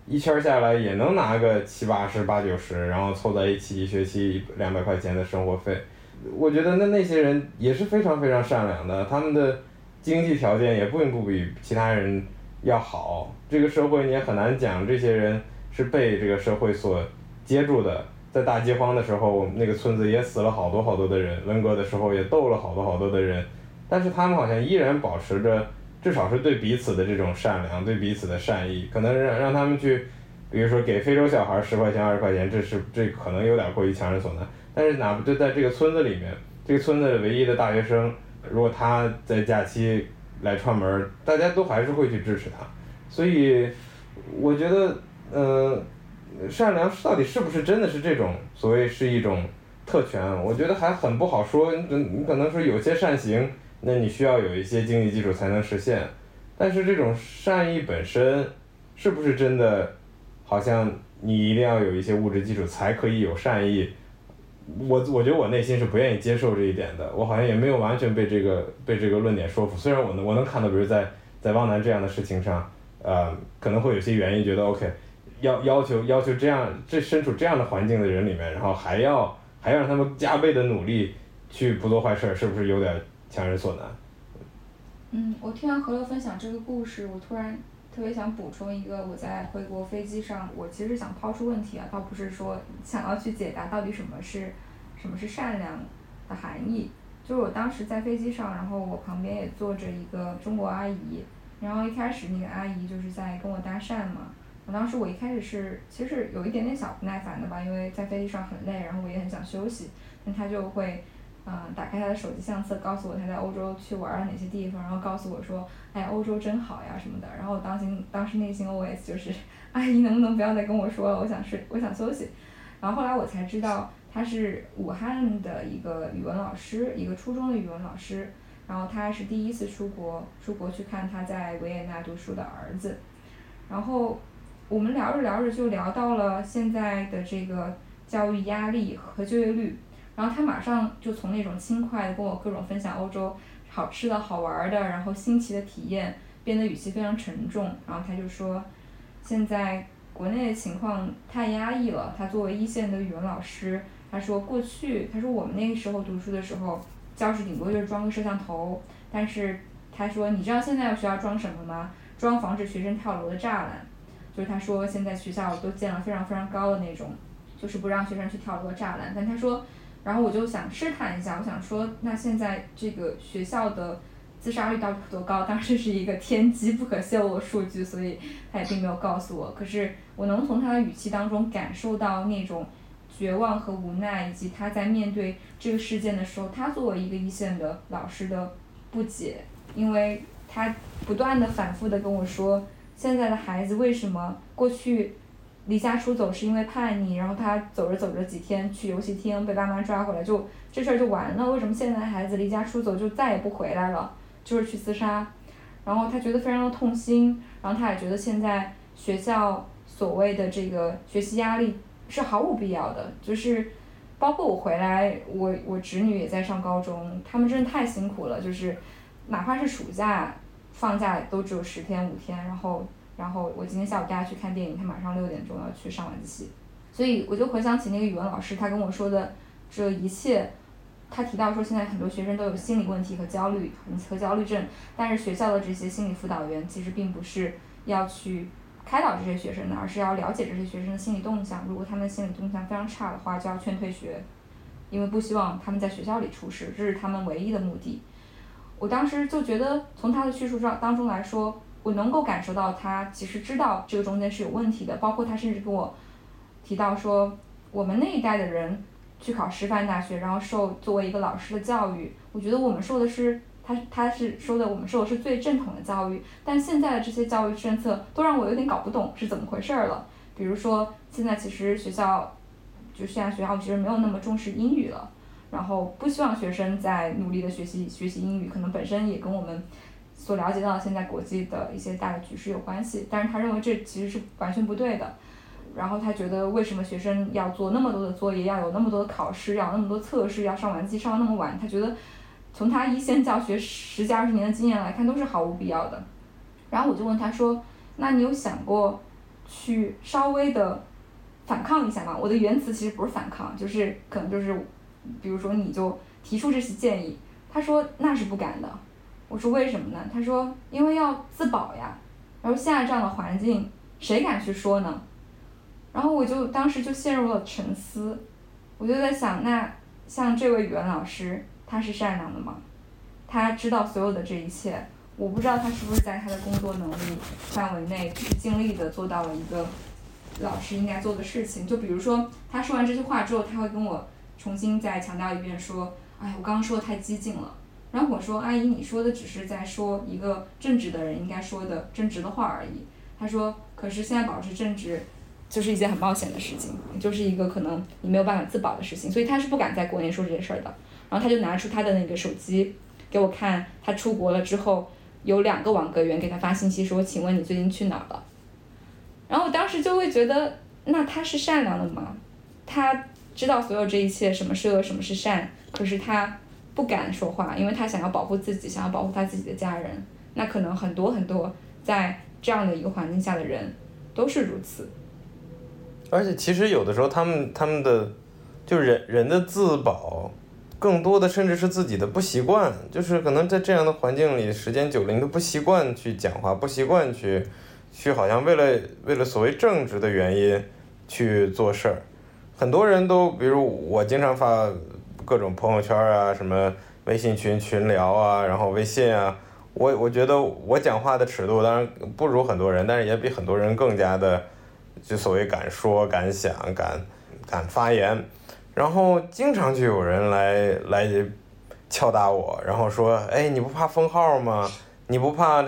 一圈下来也能拿个70、80、80、90，然后凑在一起一学期200块钱的生活费。我觉得那些人也是非常非常善良的，他们的经济条件也并不比其他人要好。这个社会你也很难讲这些人是被这个社会所接住的。在大饥荒的时候，那个村子也死了好多好多的人，文革的时候也斗了好多好多的人，但是他们好像依然保持着至少是对彼此的这种善良，对彼此的善意。可能让他们去，比如说给非洲小孩10块钱20块钱，这可能有点过于强人所难。但是哪怕就在这个村子里面，这个村子唯一的大学生，如果他在假期来串门，大家都还是会去支持他。所以我觉得善良到底是不是真的是这种所谓是一种特权，我觉得还很不好说。你可能说有些善行，那你需要有一些经济基础才能实现，但是这种善意本身是不是真的好像你一定要有一些物质基础才可以有善意，我觉得我内心是不愿意接受这一点的。我好像也没有完全被这个论点说服。虽然我能看到比如在汪南这样的事情上可能会有些原因觉得 OK， 要求这身处这样的环境的人里面，然后还让他们加倍的努力去不做坏事，是不是有点强人所难？ 我听完何乐分享这个故事，我突然特别想补充一个，我在回国飞机上，我其实想抛出问题啊，倒不是说想要去解答到底什么是善良的含义。就是我当时在飞机上，然后我旁边也坐着一个中国阿姨，然后一开始那个阿姨就是在跟我搭讪嘛。当时我一开始其实有一点点小不耐烦的吧，因为在飞机上很累，然后我也很想休息，但她就会打开她的手机相册，告诉我她在欧洲去玩了哪些地方，然后告诉我说，哎，欧洲真好呀什么的。然后当时内心 OS 就是，阿姨能不能不要再跟我说了，我想休息。然后后来我才知道，她是武汉的一个语文老师，一个初中的语文老师。然后她是第一次出国去看她在维也纳读书的儿子。然后我们聊着聊着就聊到了现在的这个教育压力和就业率，然后他马上就从那种轻快的跟我各种分享欧洲好吃的好玩的，然后新奇的体验，变得语气非常沉重。然后他就说，现在国内的情况太压抑了。他作为一线的语文老师，他说我们那个时候读书的时候，教室顶多就是装个摄像头，但是他说你知道现在学校装什么吗？装防止学生跳楼的栅栏。就是他说现在学校都建了非常非常高的那种，就是不让学生去跳楼的栅栏。但他说，然后我就想试探一下，我想说那现在这个学校的自杀率到底有多高？当然这是一个天机不可泄露的数据，所以他也并没有告诉我。可是我能从他的语气当中感受到那种绝望和无奈，以及他在面对这个事件的时候，他作为一个一线的老师的不解。因为他不断的反复的跟我说，现在的孩子为什么过去离家出走是因为叛逆，然后他走着几天去游戏厅被爸妈抓回来，就这事儿就完了。为什么现在的孩子离家出走就再也不回来了，就是去自杀？然后他觉得非常的痛心，然后他也觉得现在学校所谓的这个学习压力是毫无必要的。就是包括我回来，我侄女也在上高中，他们真的太辛苦了，就是哪怕是暑假放假都只有10天5天，然后我今天下午带他去看电影，他马上6点钟要去上晚自习。所以我就回想起那个语文老师他跟我说的这一切。他提到说现在很多学生都有心理问题和焦虑症，但是学校的这些心理辅导员其实并不是要去开导这些学生的，而是要了解这些学生的心理动向。如果他们的心理动向非常差的话，就要劝退学，因为不希望他们在学校里出事，这是他们唯一的目的。我当时就觉得从他的叙述当中来说，我能够感受到他其实知道这个中间是有问题的。包括他甚至跟我提到说，我们那一代的人去考师范大学，然后受作为一个老师的教育，我觉得我们受的是他是说的我们受的是最正统的教育，但现在的这些教育政策都让我有点搞不懂是怎么回事了。比如说现在其实现在学校其实没有那么重视英语了，然后不希望学生在努力的学习英语，可能本身也跟我们所了解到的现在国际的一些大的局势有关系，但是他认为这其实是完全不对的。然后他觉得为什么学生要做那么多的作业，要有那么多的考试，要有那么多测试，要上晚自习上那么晚，他觉得从他一线教学10几20年的经验来看都是毫无必要的。然后我就问他说，那你有想过去稍微的反抗一下嘛。我的原词其实不是反抗，就是可能就是比如说你就提出这些建议，他说那是不敢的。我说为什么呢？他说因为要自保呀，然后现在这样的环境谁敢去说呢？然后我就当时就陷入了沉思，我就在想，那像这位语文老师他是善良的吗？他知道所有的这一切，我不知道他是不是在他的工作能力范围内去尽力的做到了一个老师应该做的事情。就比如说他说完这句话之后，他会跟我重新再强调一遍说，哎，我刚刚说的太激进了。然后我说，阿姨，你说的只是在说一个正直的人应该说的正直的话而已。他说，可是现在保持正直就是一件很冒险的事情，就是一个可能你没有办法自保的事情，所以他是不敢在国内说这些事儿的。然后他就拿出他的那个手机给我看，他出国了之后有2个网格员给他发信息说，请问你最近去哪儿了？然后我当时就会觉得，那他是善良的吗？他知道所有这一切，什么是恶，什么是善，可是他不敢说话，因为他想要保护自己，想要保护他自己的家人。那可能很多很多在这样的一个环境下的人都是如此。 而且其实有的时候他们的就是人的自保更多的甚至是自己的不习惯，就是可能在这样的环境里时间久了，你都不习惯去讲话，不习惯去好像为了所谓正直的原因去做事儿。很多人都比如我经常发各种朋友圈啊，什么微信群聊啊，然后微信啊，我觉得我讲话的尺度当然不如很多人，但是也比很多人更加的就所谓敢说敢想敢发言。然后经常就有人来敲打我，然后说，哎，你不怕封号吗？你不怕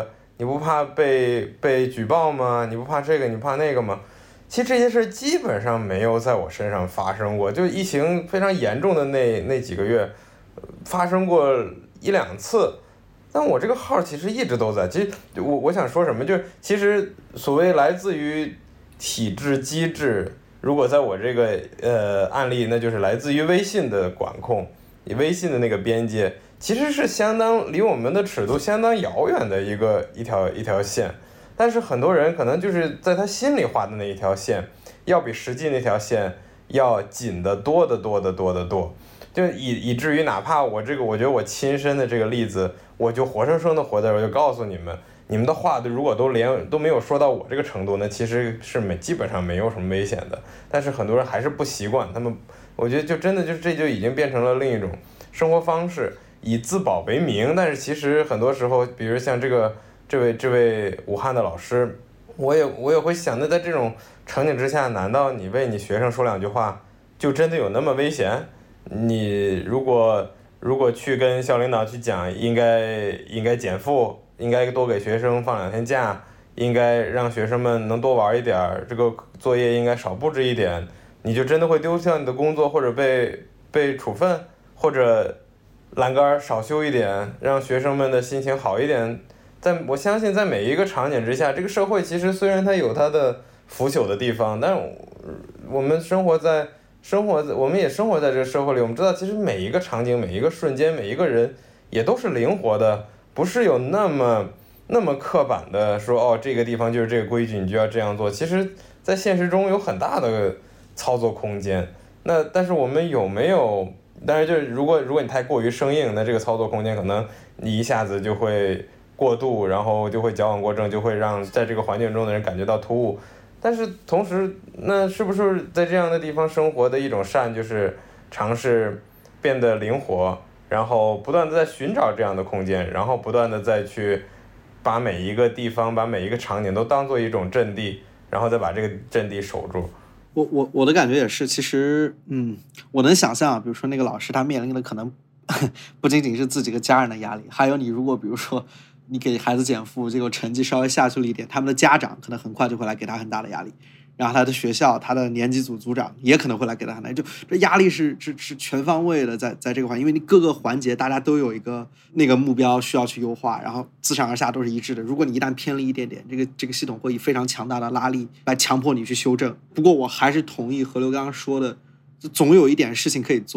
被举报吗？你不怕这个你怕那个吗？其实这些事基本上没有在我身上发生过，就疫情非常严重的那几个月发生过1-2次，但我这个号其实一直都在。其实我想说什么，就是其实所谓来自于体制机制，如果在我这个案例，那就是来自于微信的管控，微信的那个边界其实是相当离我们的尺度相当遥远的一条线。但是很多人可能就是在他心里画的那一条线要比实际那条线要紧得多，就以至于哪怕我觉得我亲身的这个例子，我就活生生的活在这儿，我就告诉你们的话如果都没有说到我这个程度，那其实是基本上没有什么危险的。但是很多人还是不习惯，我觉得就真的这就已经变成了另一种生活方式，以自保为名。但是其实很多时候，比如像这位武汉的老师，我也会想，那在这种场景之下，难道你为你学生说2句话就真的有那么危险？你如果去跟校领导去讲应该减负，应该多给学生放2天假，应该让学生们能多玩一点，这个作业应该少布置一点，你就真的会丢掉你的工作，或者被处分，或者栏杆少修一点，让学生们的心情好一点。我相信在每一个场景之下，这个社会其实虽然它有它的腐朽的地方，但我们也生活在这个社会里，我们知道其实每一个场景，每一个瞬间，每一个人也都是灵活的，不是有那么刻板的说，这个地方就是这个规矩你就要这样做。其实在现实中有很大的操作空间。但是我们有没有，当然就是如果你太过于生硬，那这个操作空间可能你一下子就会过度，然后就会矫枉过正，就会让在这个环境中的人感觉到突兀。但是同时，那是不是在这样的地方生活的一种善，就是尝试变得灵活，然后不断的在寻找这样的空间，然后不断的再去把每一个地方，把每一个场景都当做一种阵地，然后再把这个阵地守住。 我的感觉也是，其实我能想象，比如说那个老师他面临的可能不仅仅是自己和家人的压力，还有你如果比如说你给孩子减负，这个成绩稍微下去了一点，他们的家长可能很快就会来给他很大的压力，然后他的学校，他的年级组组长也可能会来给他很大，就这压力是全方位的在这个环境，因为你各个环节大家都有一个那个目标需要去优化，然后自上而下都是一致的。如果你一旦偏离一点点，这个系统会以非常强大的拉力来强迫你去修正。不过我还是同意何流刚刚说的，总有一点事情可以做。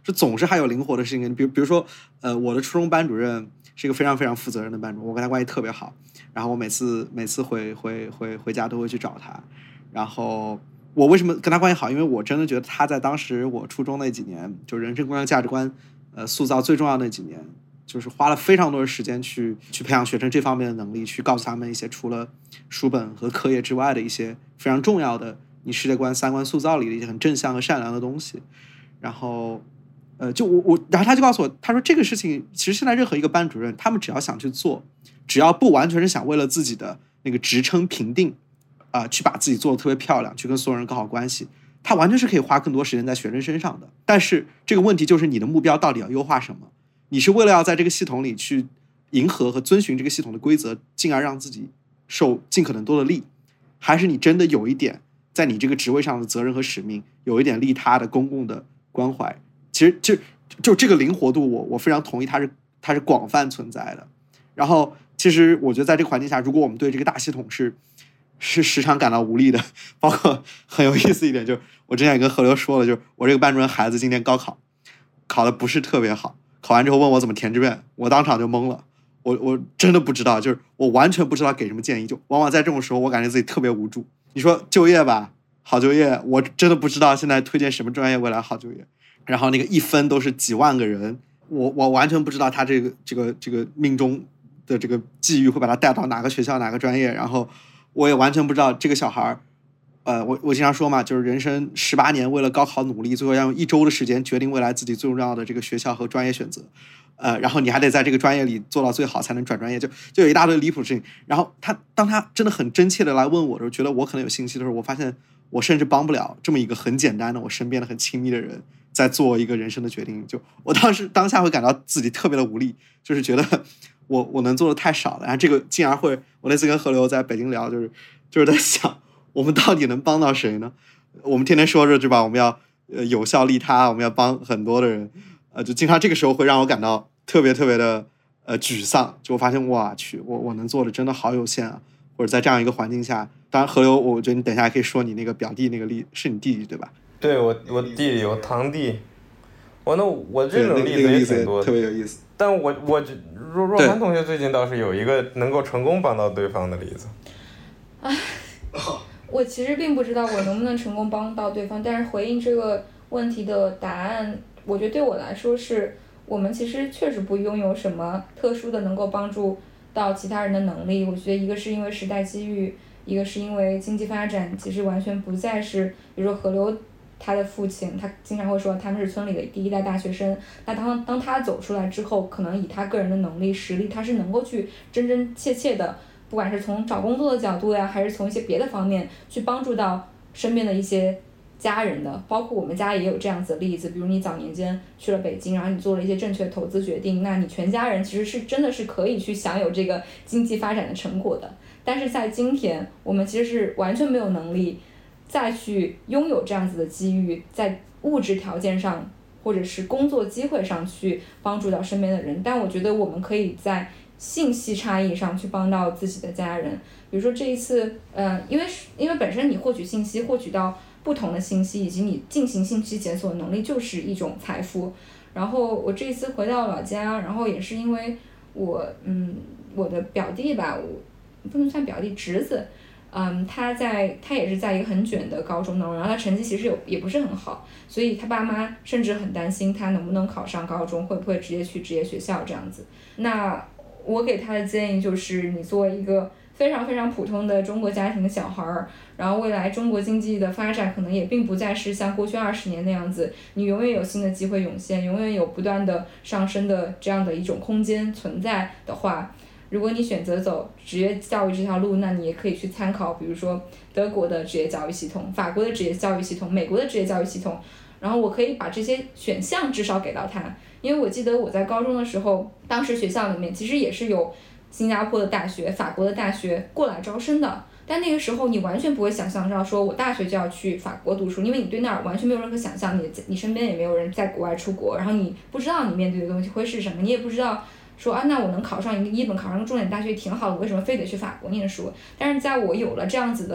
是总是还有灵活的事情。比如说，我的初中班主任是一个非常非常负责任的班主任，我跟他关系特别好。然后我每次回家都会去找他。然后我为什么跟他关系好？因为我真的觉得他在当时我初中那几年，就人生观、价值观，塑造最重要的那几年，就是花了非常多的时间去培养学生这方面的能力，去告诉他们一些除了书本和课业之外的一些非常重要的你世界观、三观塑造里的一些很正向和善良的东西。然后，然后他就告诉我，他说这个事情其实现在任何一个班主任，他们只要想去做，只要不完全是想为了自己的那个职称评定，去把自己做得特别漂亮，去跟所有人搞好关系，他完全是可以花更多时间在学生身上的。但是这个问题就是你的目标到底要优化什么？你是为了要在这个系统里去迎合和遵循这个系统的规则，进而让自己受尽可能多的利，还是你真的有一点在你这个职位上的责任和使命，有一点利他的公共的关怀？其实就这个灵活度我非常同意，它是广泛存在的。然后其实我觉得在这个环境下，如果我们对这个大系统是时常感到无力的，包括很有意思一点，就我之前也跟何流说了，就我这个班主任孩子今年高考考的不是特别好，考完之后问我怎么填志愿，我当场就懵了，我真的不知道，就是我完全不知道给什么建议，就往往在这种时候我感觉自己特别无助。你说就业吧，好就业，我真的不知道现在推荐什么专业未来好就业，然后那个一分都是几万个人，我完全不知道他这个命中的这个际遇会把他带到哪个学校哪个专业，然后我也完全不知道这个小孩我经常说嘛，就是人生18年为了高考努力，最后要用1周的时间决定未来自己最重要的这个学校和专业选择，然后你还得在这个专业里做到最好才能转专业，就有一大堆离谱的事情。然后当他真的很真切的来问我的时候，觉得我可能有信息的时候，我发现我甚至帮不了这么一个很简单的我身边的很亲密的人在做一个人生的决定。就我当下会感到自己特别的无力，就是觉得我能做的太少了。然后这个进而会，我那次跟何流在北京聊，就是在想，我们到底能帮到谁呢？我们天天说着对吧，我们要有效利他，我们要帮很多的人，就经常这个时候会让我感到特别特别的沮丧。就我发现哇去，我能做的真的好有限啊。或者在这样一个环境下，当然何流，我觉得你等一下可以说你那个表弟那个是你弟弟对吧？ 对，我弟弟，我堂弟。我这种例子也挺多的， 特别有意思。 但若涵同学最近倒是有一个能够成功帮到对方的例子。 我其实并不知道我能不能成功帮到对方，但是回应这个问题的答案，我觉得对我来说是，我们其实确实不拥有什么特殊的能够帮助到其他人的能力。我觉得一个是因为时代机遇，一个是因为经济发展其实完全不再是，比如说何流他的父亲，他经常会说他们是村里的第一代大学生。那当他走出来之后，可能以他个人的能力实力，他是能够去真真切切的，不管是从找工作的角度呀，还是从一些别的方面去帮助到身边的一些家人的。包括我们家也有这样子的例子，比如你早年间去了北京，然后你做了一些正确的投资决定，那你全家人其实是真的是可以去享有这个经济发展的成果的。但是在今天，我们其实是完全没有能力再去拥有这样子的机遇，在物质条件上或者是工作机会上去帮助到身边的人。但我觉得我们可以在信息差异上去帮到自己的家人。比如说这一次因为本身你获取信息，获取到不同的信息，以及你进行信息检索的能力就是一种财富。然后我这一次回到老家，然后也是因为我的表弟吧，我不能算表弟，侄子，他也是在一个很卷的高中当中，然后他成绩其实也不是很好，所以他爸妈甚至很担心他能不能考上高中，会不会直接去职业学校这样子。那我给他的建议就是，你作为一个非常非常普通的中国家庭的小孩儿，然后未来中国经济的发展可能也并不再是像过去20年那样子，你永远有新的机会涌现，永远有不断的上升的这样的一种空间存在的话，如果你选择走职业教育这条路，那你也可以去参考，比如说德国的职业教育系统、法国的职业教育系统、美国的职业教育系统。然后我可以把这些选项至少给到他，因为我记得我在高中的时候，当时学校里面其实也是有新加坡的大学、法国的大学过来招生的，但那个时候你完全不会想象到说我大学就要去法国读书，因为你对那儿完全没有任何想象，你身边也没有人在国外出国，然后你不知道你面对的东西会是什么，你也不知道说那我能考上一个一本，考上个重点大学挺好的，为什么非得去法国念书？但是在我有了这样子的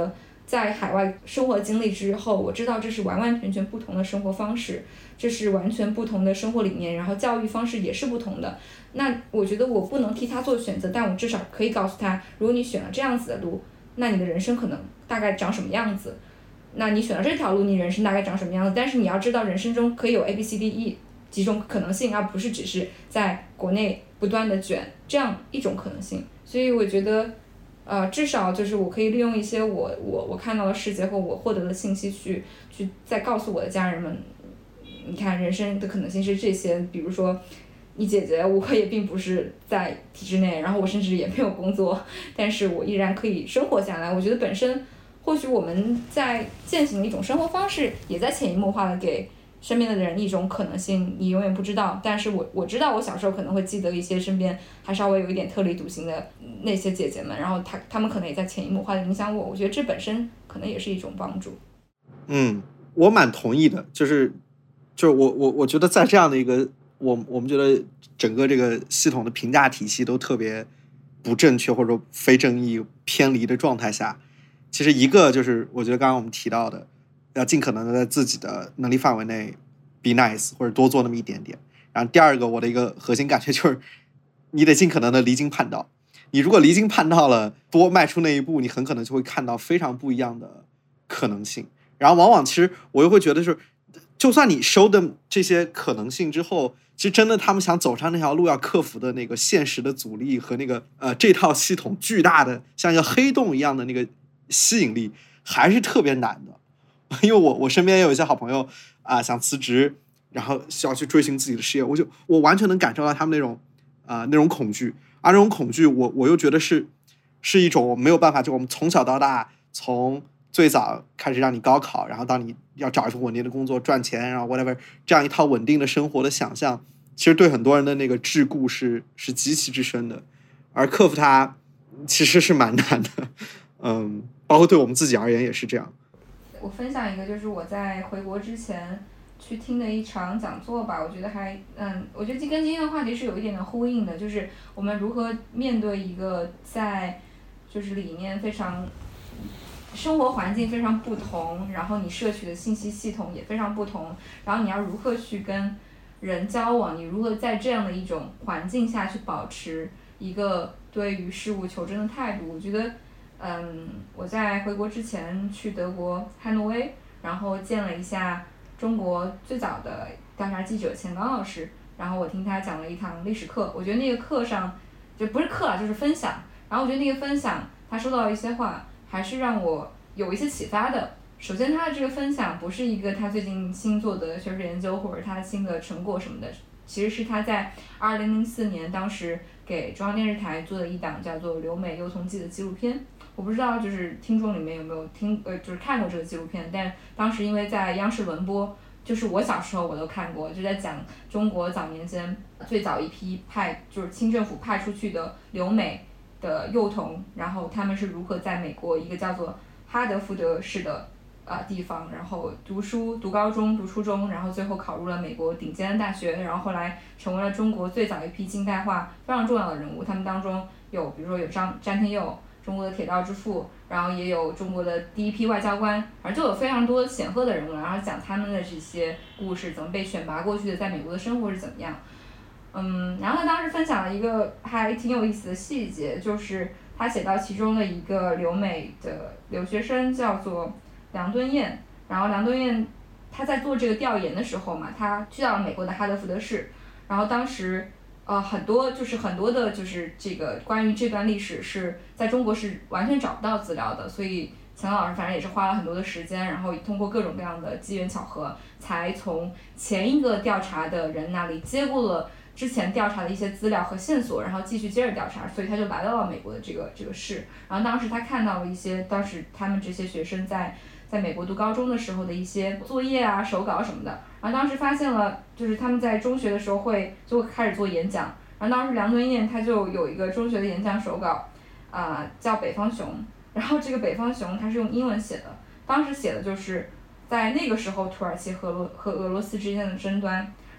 在海外生活经历之后，我知道这是完完全全不同的生活方式，这是完全不同的生活理念，然后教育方式也是不同的。那我觉得我不能替他做选择，但我至少可以告诉他，如果你选了这样子的路，那你的人生可能大概长什么样子。那你选了这条路，你人生大概长什么样子？但是你要知道，人生中可以有 A、B、C、D、E 几种可能性，而不是只是在国内不断的卷这样一种可能性。所以我觉得至少就是我可以利用一些我看到的世界和我获得的信息去再告诉我的家人们，你看人生的可能性是这些。比如说你姐姐，我也并不是在体制内，然后我甚至也没有工作，但是我依然可以生活下来。我觉得本身或许我们在践行的一种生活方式，也在潜移默化的给身边的人一种可能性，你永远不知道。但是我知道我小时候可能会记得一些身边还稍微有一点特立独行的那些姐姐们，然后他们可能也在潜移默化的影响我，我觉得这本身可能也是一种帮助。 我蛮同意的，就是我觉得在这样的一个我们觉得整个这个系统的评价体系都特别不正确或者非正义偏离的状态下，其实一个就是我觉得刚刚我们提到的，要尽可能的在自己的能力范围内 be nice 或者多做那么一点点。然后第二个我的一个核心感觉就是你得尽可能的离经叛道。你如果离经叛道了，多迈出那一步，你很可能就会看到非常不一样的可能性。然后往往其实我又会觉得是，就算你收的这些可能性之后，其实真的他们想走上那条路要克服的那个现实的阻力和那个这套系统巨大的像一个黑洞一样的那个吸引力还是特别难的。因为我身边也有一些好朋友想辞职，然后需要去追寻自己的事业，我完全能感受到他们那种恐惧。而那种恐惧我又觉得是一种没有办法，就我们从小到大，从最早开始让你高考，然后到你要找一份稳定的工作赚钱，然后 whatever 这样一套稳定的生活的想象，其实对很多人的那个桎梏是极其之深的，而克服它其实是蛮难的。包括对我们自己而言也是这样。 我分享一个，就是我在回国之前去听的一场讲座吧，我觉得我觉得跟今天的话题是有一点的呼应的，就是我们如何面对一个在就是理念非常生活环境非常不同，然后你摄取的信息系统也非常不同，然后你要如何去跟人交往，你如何在这样的一种环境下去保持一个对于事物求真的态度。我觉得我在回国之前去德国汉诺威，然后见了一下中国最早的调查记者钱刚老师，然后我听他讲了一堂历史课，我觉得那个课上就不是课就是分享，然后我觉得那个分享他说到了一些话还是让我有一些启发的。首先他的这个分享不是一个他最近新做的学术研究或者他新的成果什么的，其实是他在2004年当时给中央电视台做的一档叫做《留美幼童记》的纪录片。我不知道就是听众里面有没有就是看过这个纪录片，但当时因为在央视轮播，就是我小时候我都看过，就在讲中国早年间最早一批就是清政府派出去的留美的幼童，然后他们是如何在美国一个叫做哈德福德市的地方，然后读书、读高中、读初中，然后最后考入了美国顶尖的大学，然后后来成为了中国最早一批近代化非常重要的人物。他们当中有比如说有詹天佑，中国的铁道之父，然后也有中国的第一批外交官，反正就有非常多显赫的人物，然后讲他们的这些故事，怎么被选拔过去的，在美国的生活是怎么样。然后他当时分享了一个还挺有意思的细节，就是他写到其中的一个留美的留学生叫做梁敦彦，然后梁敦彦他在做这个调研的时候嘛，他去到了美国的哈德福德市，然后当时很多的就是这个关于这段历史是在中国是完全找不到资料的，所以钱老师反正也是花了很多的时间，然后通过各种各样的机缘巧合，才从前一个调查的人那里接过了之前调查的一些资料和线索，然后继续接着调查，所以他就来到了美国的这个市。然后当时他看到了一些当时他们这些学生在美国读高中的时候的一些作业手稿什么的，然后当时发现了就是他们在中学的时候就会开始做演讲，然后当时梁敦彦他就有一个中学的演讲手稿叫北方熊，然后这个北方熊他是用英文写的，当时写的就是在那个时候土耳其和俄罗斯之间的争端，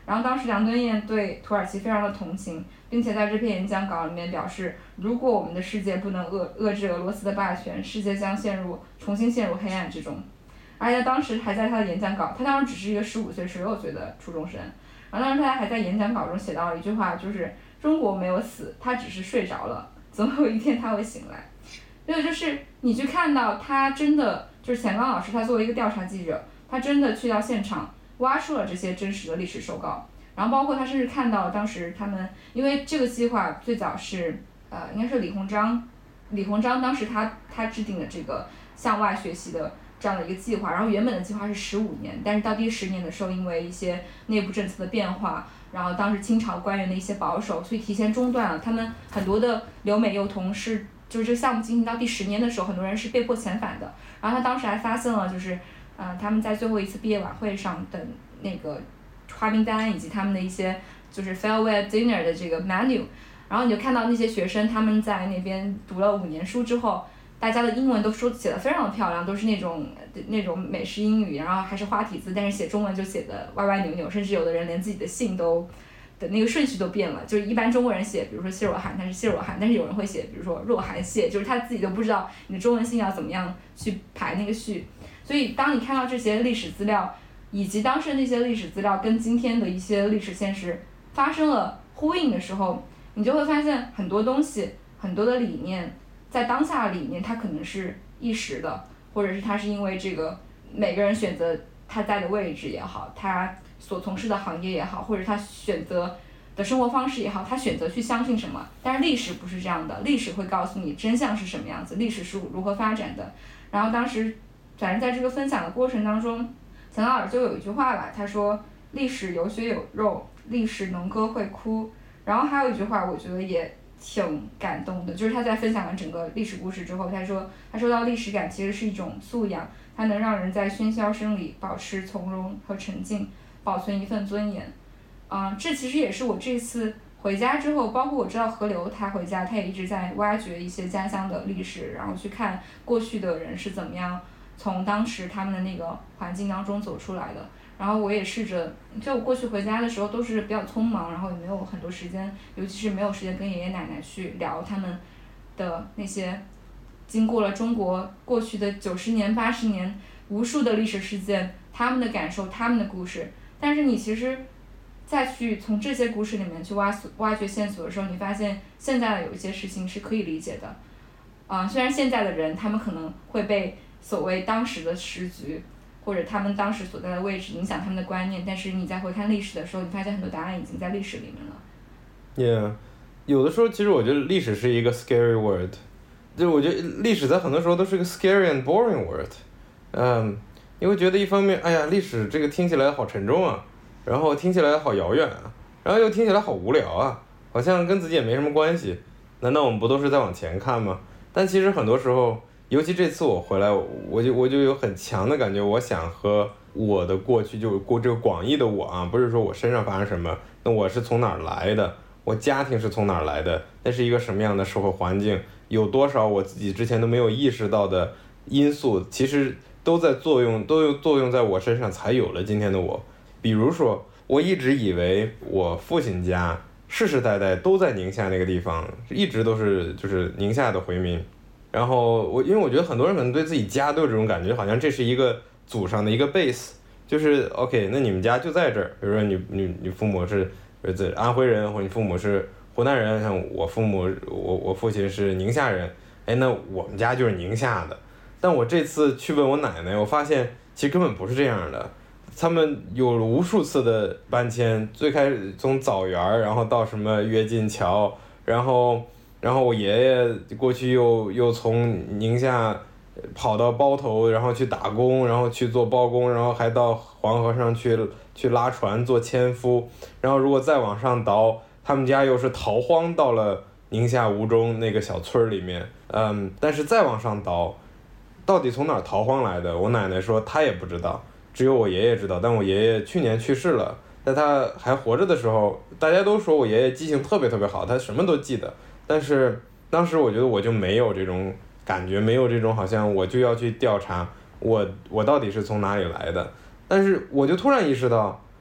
然后当时梁敦彦对土耳其非常的同情，并且在这篇演讲稿里面表示，如果我们的世界不能遏制俄罗斯的霸权，世界将重新陷入黑暗之中。而且他当时还在他的演讲稿，他当时只是一个15岁、16岁的初中生，然后当时他还在演讲稿中写到了一句话，就是中国没有死，他只是睡着了，总有一天他会醒来。所以就是你去看到他真的就是钱刚老师，他作为一个调查记者，他真的去到现场挖出了这些真实的历史手稿，然后包括他甚至看到当时他们，因为这个计划最早是应该是李鸿章当时他制定的这个向外学习的这样的一个计划，然后原本的计划是15年，但是到第10年的时候，因为一些内部政策的变化，然后当时清朝官员的一些保守，所以提前中断了。他们很多的留美幼童就是这个项目进行到第10年的时候，很多人是被迫遣返的。然后他当时还发现了就是他们在最后一次毕业晚会上的那个花名单以及他们的一些就是 farewell dinner 的这个 menu， 然后你就看到那些学生他们在那边读了5年书之后，大家的英文都写得非常的漂亮，都是那种美式英语，然后还是花体字，但是写中文就写得歪歪扭扭，甚至有的人连自己的姓的那个顺序都变了。就是一般中国人写，比如说谢若涵，他是谢若涵，但是有人会写，比如说若涵谢，就是他自己都不知道你的中文姓要怎么样去排那个序。所以当你看到这些历史资料，以及当时那些历史资料跟今天的一些历史现实发生了呼应的时候，你就会发现很多东西，很多的理念，在当下的理念它可能是一时的，或者是它是因为这个每个人选择他在的位置也好，他所从事的行业也好，或者他选择的生活方式也好，他选择去相信什么。但是历史不是这样的，历史会告诉你真相是什么样子，历史是如何发展的。然后当时反正在这个分享的过程当中，钱老师就有一句话吧，他说历史有血有肉，历史能歌会哭。然后还有一句话我觉得也挺感动的，就是他在分享完整个历史故事之后，他说到历史感其实是一种素养，它能让人在喧嚣声里保持从容和沉静，保存一份尊严。这其实也是我这次回家之后，包括我知道河流他回家，他也一直在挖掘一些家乡的历史，然后去看过去的人是怎么样从当时他们的那个环境当中走出来的。然后我也试着，就我过去回家的时候都是比较匆忙，然后也没有很多时间，尤其是没有时间跟爷爷奶奶去聊他们的那些经过了中国过去的90年、80年无数的历史事件，他们的感受、他们的故事。但是你其实再去从这些故事里面去挖掘线索的时候，你发现现在的有一些事情是可以理解的。虽然现在的人他们可能会被所谓当时的时局或者他们当时所在的位置影响他们的观念，但是你在回看历史的时候，你发现很多答案已经在历史里面了。有的时候其实我觉得历史是一个 scary word， 就我觉得历史在很多时候都是一个 scary and boring word。你会觉得一方面，哎呀，历史这个听起来好沉重啊，然后听起来好遥远啊，然后又听起来好无聊啊，好像跟自己也没什么关系。难道我们不都是在往前看吗？但其实很多时候，尤其这次我回来，我就有很强的感觉，我想和我的过去，就这个广义的我啊，不是说我身上发生什么，那我是从哪儿来的，我家庭是从哪儿来的，那是一个什么样的社会环境，有多少我自己之前都没有意识到的因素，其实都作用在我身上，才有了今天的我。比如说，我一直以为我父亲家世世代代都在宁夏那个地方，一直都是就是宁夏的回民。然后因为我觉得很多人可能对自己家都有这种感觉，好像这是一个祖上的一个 base， 就是 OK， 那你们家就在这儿。比如说你父母是安徽人，或者你父母是湖南人，像我父亲是宁夏人，那我们家就是宁夏的。但我这次去问我奶奶，我发现其实根本不是这样的。他们有了无数次的搬迁，最开始从枣园，然后到什么跃进桥，然后我爷爷过去又从宁夏跑到包头，然后去打工，然后去做包工，然后还到黄河上去拉船做纤夫，然后如果再往上倒，他们家又是逃荒到了宁夏吴中那个小村里面。但是再往上倒，到底从哪儿逃荒来的，我奶奶说她也不知道，只有我爷爷知道。但我爷爷去年去世了，在他还活着的时候，大家都说我爷爷记性特别特别好，他什么都记得。但是当时我觉得我就没有这种感觉，没有这种好像我就要去调查我到底是从哪里来的。但是我就突然意识到，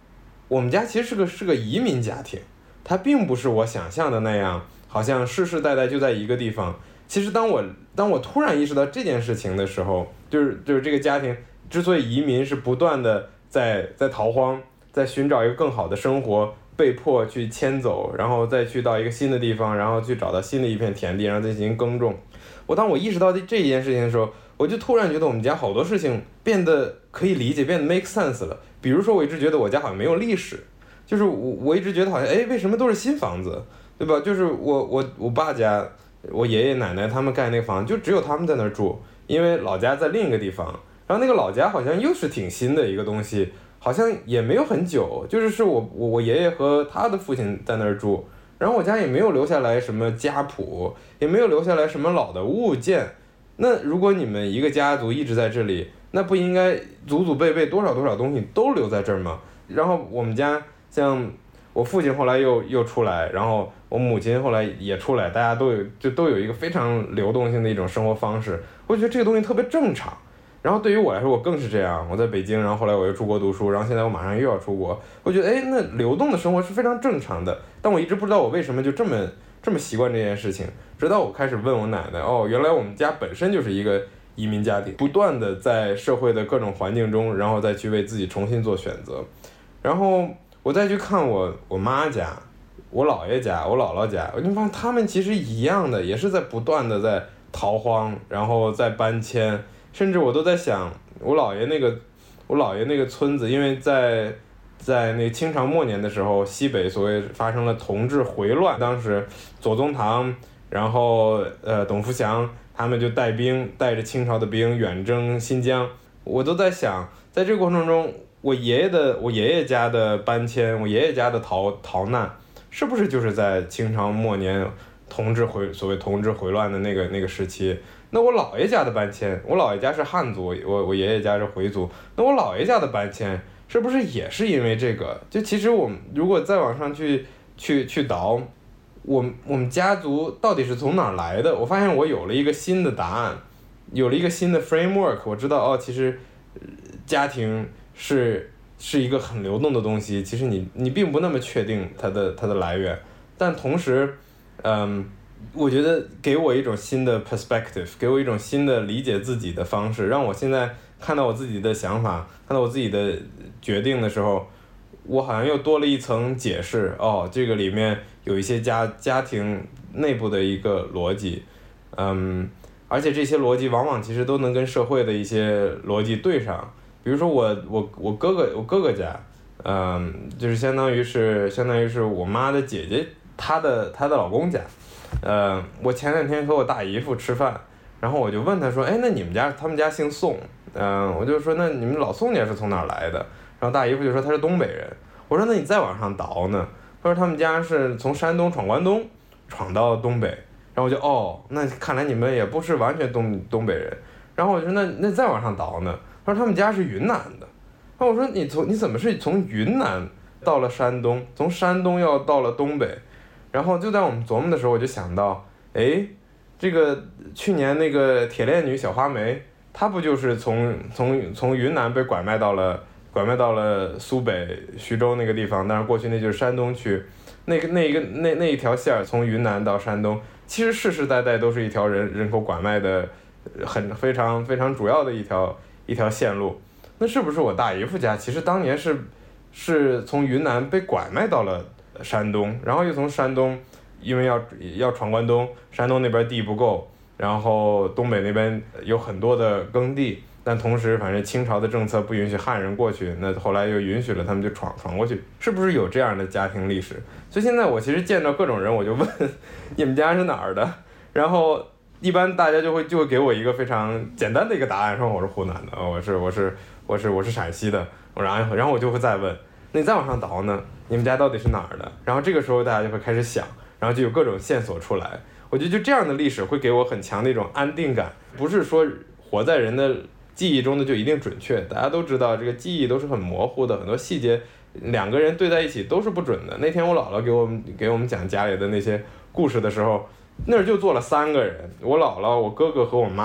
我们家其实是个移民家庭，它并不是我想象的那样，好像世世代代就在一个地方。其实当我突然意识到这件事情的时候，就是这个家庭之所以移民是不断的在逃荒，在寻找一个更好的生活，被迫去迁走，然后再去到一个新的地方，然后去找到新的一片田地，然后再进行耕种。当我意识到这件事情的时候，我就突然觉得我们家好多事情变得可以理解，变得 make sense 了。比如说我一直觉得我家好像没有历史，就是我一直觉得好像为什么都是新房子，对吧？就是我爸家，我爷爷奶奶他们盖那个房子，就只有他们在那儿住，因为老家在另一个地方，然后那个老家好像又是挺新的一个东西，好像也没有很久，就是我爷爷和他的父亲在那儿住，然后我家也没有留下来什么家谱，也没有留下来什么老的物件。那如果你们一个家族一直在这里，那不应该祖祖辈辈多少东西都留在这儿吗？然后我们家像我父亲后来又出来，然后我母亲后来也出来，大家都有一个非常流动性的一种生活方式，我觉得这个东西特别正常。然后对于我来说，我更是这样。我在北京，然后后来我又出国读书，然后现在我马上又要出国。我觉得，那流动的生活是非常正常的。但我一直不知道我为什么就这么习惯这件事情，直到我开始问我奶奶，原来我们家本身就是一个移民家庭，不断的在社会的各种环境中，然后再去为自己重新做选择。然后我再去看我妈家、我姥爷家、我姥姥家，我就发现他们其实一样的，也是在不断的在逃荒，然后在搬迁。甚至我都在想，我姥爷那个村子，因为在那清朝末年的时候，西北所谓发生了同治回乱，当时左宗棠，然后董福祥他们就带着清朝的兵远征新疆。我都在想，在这个过程中，我爷爷家的搬迁，我爷爷家的逃难，是不是就是在清朝末年所谓同治回乱的那个时期？那我姥爷家的搬迁，我姥爷家是汉族，我爷爷家是回族，那我姥爷家的搬迁是不是也是因为这个？就其实我们如果再往上去倒，我们家族到底是从哪儿来的？我发现我有了一个新的答案，有了一个新的 framework， 我知道其实家庭是一个很流动的东西，其实你并不那么确定它的来源，但同时我觉得给我一种新的 perspective， 给我一种新的理解自己的方式，让我现在看到我自己的想法，看到我自己的决定的时候，我好像又多了一层解释。这个里面有一些家庭内部的一个逻辑，而且这些逻辑往往其实都能跟社会的一些逻辑对上。比如说我哥哥家，就是相当于是我妈的姐姐她的老公家。我前2天和我大姨夫吃饭，然后我就问他说，那你们家他们家姓宋，我就说那你们老宋家是从哪儿来的？然后大姨夫就说他是东北人。我说那你再往上倒呢？他说他们家是从山东闯关东，闯到东北。然后我就那看来你们也不是完全东北人。然后我就说那再往上倒呢？他说他们家是云南的。然后我说你怎么是从云南到了山东，从山东要到了东北？然后就在我们琢磨的时候，我就想到，这个去年那个铁链女小花梅，她不就是从云南被拐卖到了苏北徐州那个地方，但是过去那就是山东区，那一条线从云南到山东，其实世世代代都是一条人口拐卖的非常非常主要的一条线路。那是不是我大姨夫家其实当年是从云南被拐卖到了山东，然后又从山东因为要闯关东，山东那边地不够，然后东北那边有很多的耕地，但同时反正清朝的政策不允许汉人过去，那后来又允许了，他们就闯过去，是不是有这样的家庭历史？所以现在我其实见到各种人，我就问你们家是哪儿的，然后一般大家就会给我一个非常简单的一个答案，说我是湖南的，我是陕西的，然后我就会再问，那你再往上倒呢？你们家到底是哪儿的？然后这个时候大家就会开始想，然后就有各种线索出来。我觉得就这样的历史会给我很强的一种安定感，不是说活在人的记忆中的就一定准确。大家都知道这个记忆都是很模糊的，很多细节2个人对在一起都是不准的。那天我姥姥给我们讲家里的那些故事的时候，那儿就坐了3个人，我姥姥、我哥哥和我妈。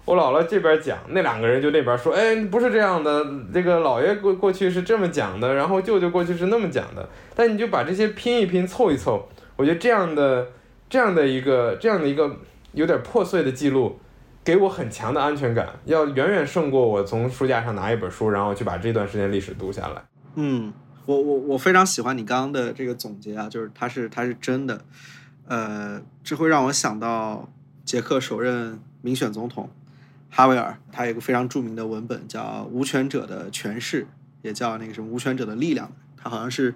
我姥姥这边讲，那2个人就那边说，哎，不是这样的，这个姥爷过去是这么讲的，然后舅舅过去是那么讲的，但你就把这些拼一拼凑一凑，我觉得这样的一个有点破碎的记录，给我很强的安全感，要远远胜过我从书架上拿一本书，然后去把这段时间历史读下来。 我非常喜欢你刚刚的这个总结啊，就是它是真的，这会让我想到捷克首任民选总统哈维尔，他有一个非常著名的文本叫《无权者的权势》，也叫那个什么《无权者的力量》。他好像是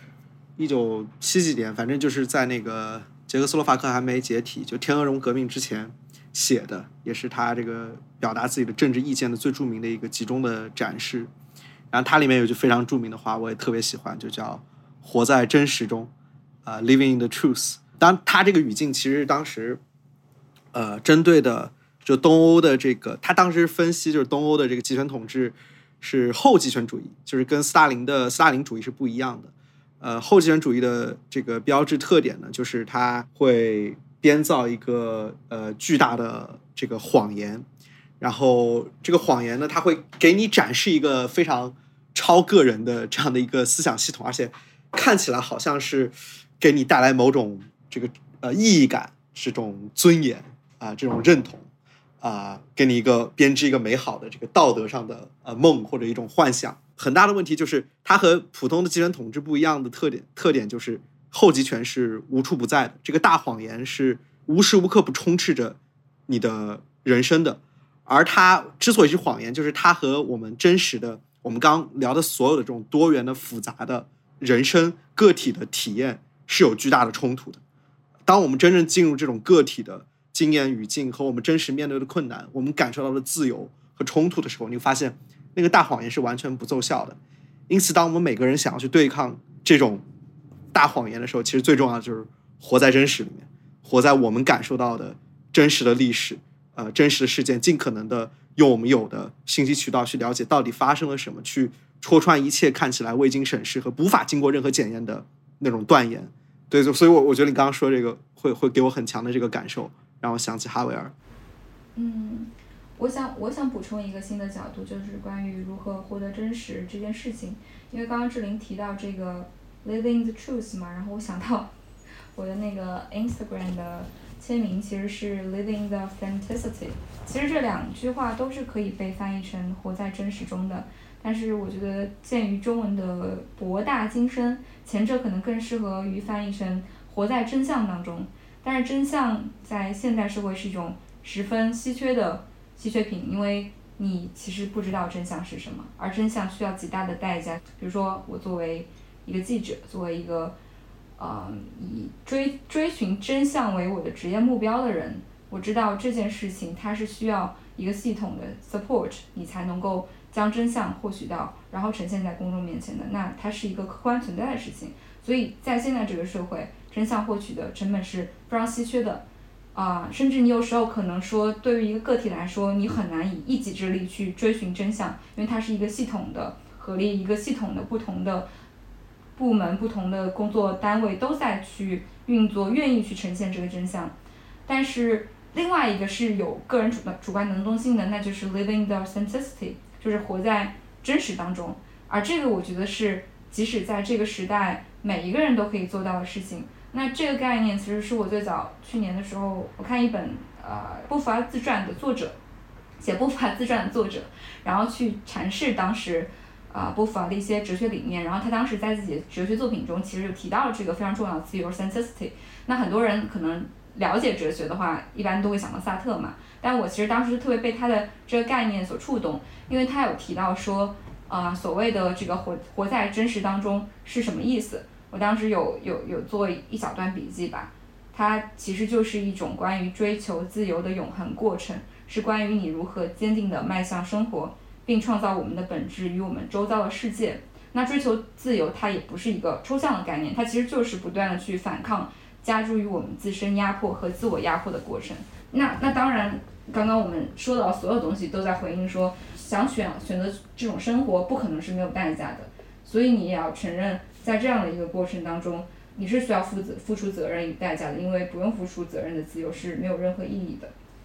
1970几年，反正就是在那个捷克斯洛伐克还没解体，就天鹅绒革命之前写的，也是他这个表达自己的政治意见的最著名的一个集中的展示。然后它里面有句非常著名的话，我也特别喜欢，就叫“活在真实中”，living in the truth。当然，他这个语境其实当时，针对的就东欧的这个，他当时分析就是东欧的这个集权统治是后集权主义，就是跟斯大林主义是不一样的。后集权主义的这个标志特点呢，就是它会编造一个巨大的这个谎言，然后这个谎言呢，它会给你展示一个非常超个人的这样的一个思想系统，而且看起来好像是给你带来某种这个意义感，这种尊严这种认同给你编织一个美好的这个道德上的梦或者一种幻想。很大的问题就是它和普通的集权统治不一样的特点就是后集权是无处不在的，这个大谎言是无时无刻不充斥着你的人生的。而它之所以是谎言，就是它和我们真实的我们刚聊的所有的这种多元的复杂的人生个体的体验是有巨大的冲突的。当我们真正进入这种个体的经验语境和我们真实面对的困难，我们感受到的自由和冲突的时候，你会发现那个大谎言是完全不奏效的。因此当我们每个人想要去对抗这种大谎言的时候，其实最重要的就是活在真实里面，活在我们感受到的真实的历史真实的事件，尽可能的用我们有的信息渠道去了解到底发生了什么，去戳穿一切看起来未经审视和无法经过任何检验的那种断言。对，所以我觉得你刚刚说这个会给我很强的这个感受，让我想起哈维尔。 我想补充一个新的角度，就是关于如何获得真实这件事情。因为刚刚志玲提到这个 living the truth 嘛，然后我想到我的那个 Instagram 的签名其实是 living the authenticity。其实这2句话都是可以被翻译成活在真实中的，但是我觉得鉴于中文的博大精深，前者可能更适合于翻译成活在真相当中。但是真相在现代社会是一种十分稀缺品，因为你其实不知道真相是什么，而真相需要极大的代价。比如说我作为一个记者，作为一个以追寻真相为我的职业目标的人，我知道这件事情它是需要一个系统的 support， 你才能够将真相获取到，然后呈现在公众面前的。那它是一个客观存在的事情，所以在现在这个社会，真相获取的成本是非常稀缺的。甚至你有时候可能说，对于一个个体来说，你很难以一己之力去追寻真相，因为它是一个系统的合力，一个系统的不同的部门、不同的工作单位都在去运作，愿意去呈现这个真相。但是另外一个是有个人主观能动性的，那就是 living the authenticity， 就是活在真实当中。而这个我觉得是即使在这个时代每一个人都可以做到的事情。那这个概念其实是我最早去年的时候，我看一本波伏娃自传的作者，写波伏娃自传的作者，然后去阐释当时波伏娃的一些哲学理念，然后他当时在自己的哲学作品中其实就提到了这个非常重要的自由 authenticity。那很多人可能了解哲学的话，一般都会想到萨特嘛，但我其实当时特别被他的这个概念所触动，因为他有提到说所谓的这个活在真实当中是什么意思。我当时有做一小段笔记吧，它其实就是一种关于追求自由的永恒过程，是关于你如何坚定地迈向生活，并创造我们的本质与我们周遭的世界。那追求自由它也不是一个抽象的概念，它其实就是不断地去反抗加诸于我们自身压迫和自我压迫的过程。那当然刚刚我们说到所有东西都在回应说，想选择这种生活不可能是没有代价的，所以你也要承认在这样的一个过程当中，你是需要付出责任与代价的，因为不用付出责任的自由是没有任何意义的。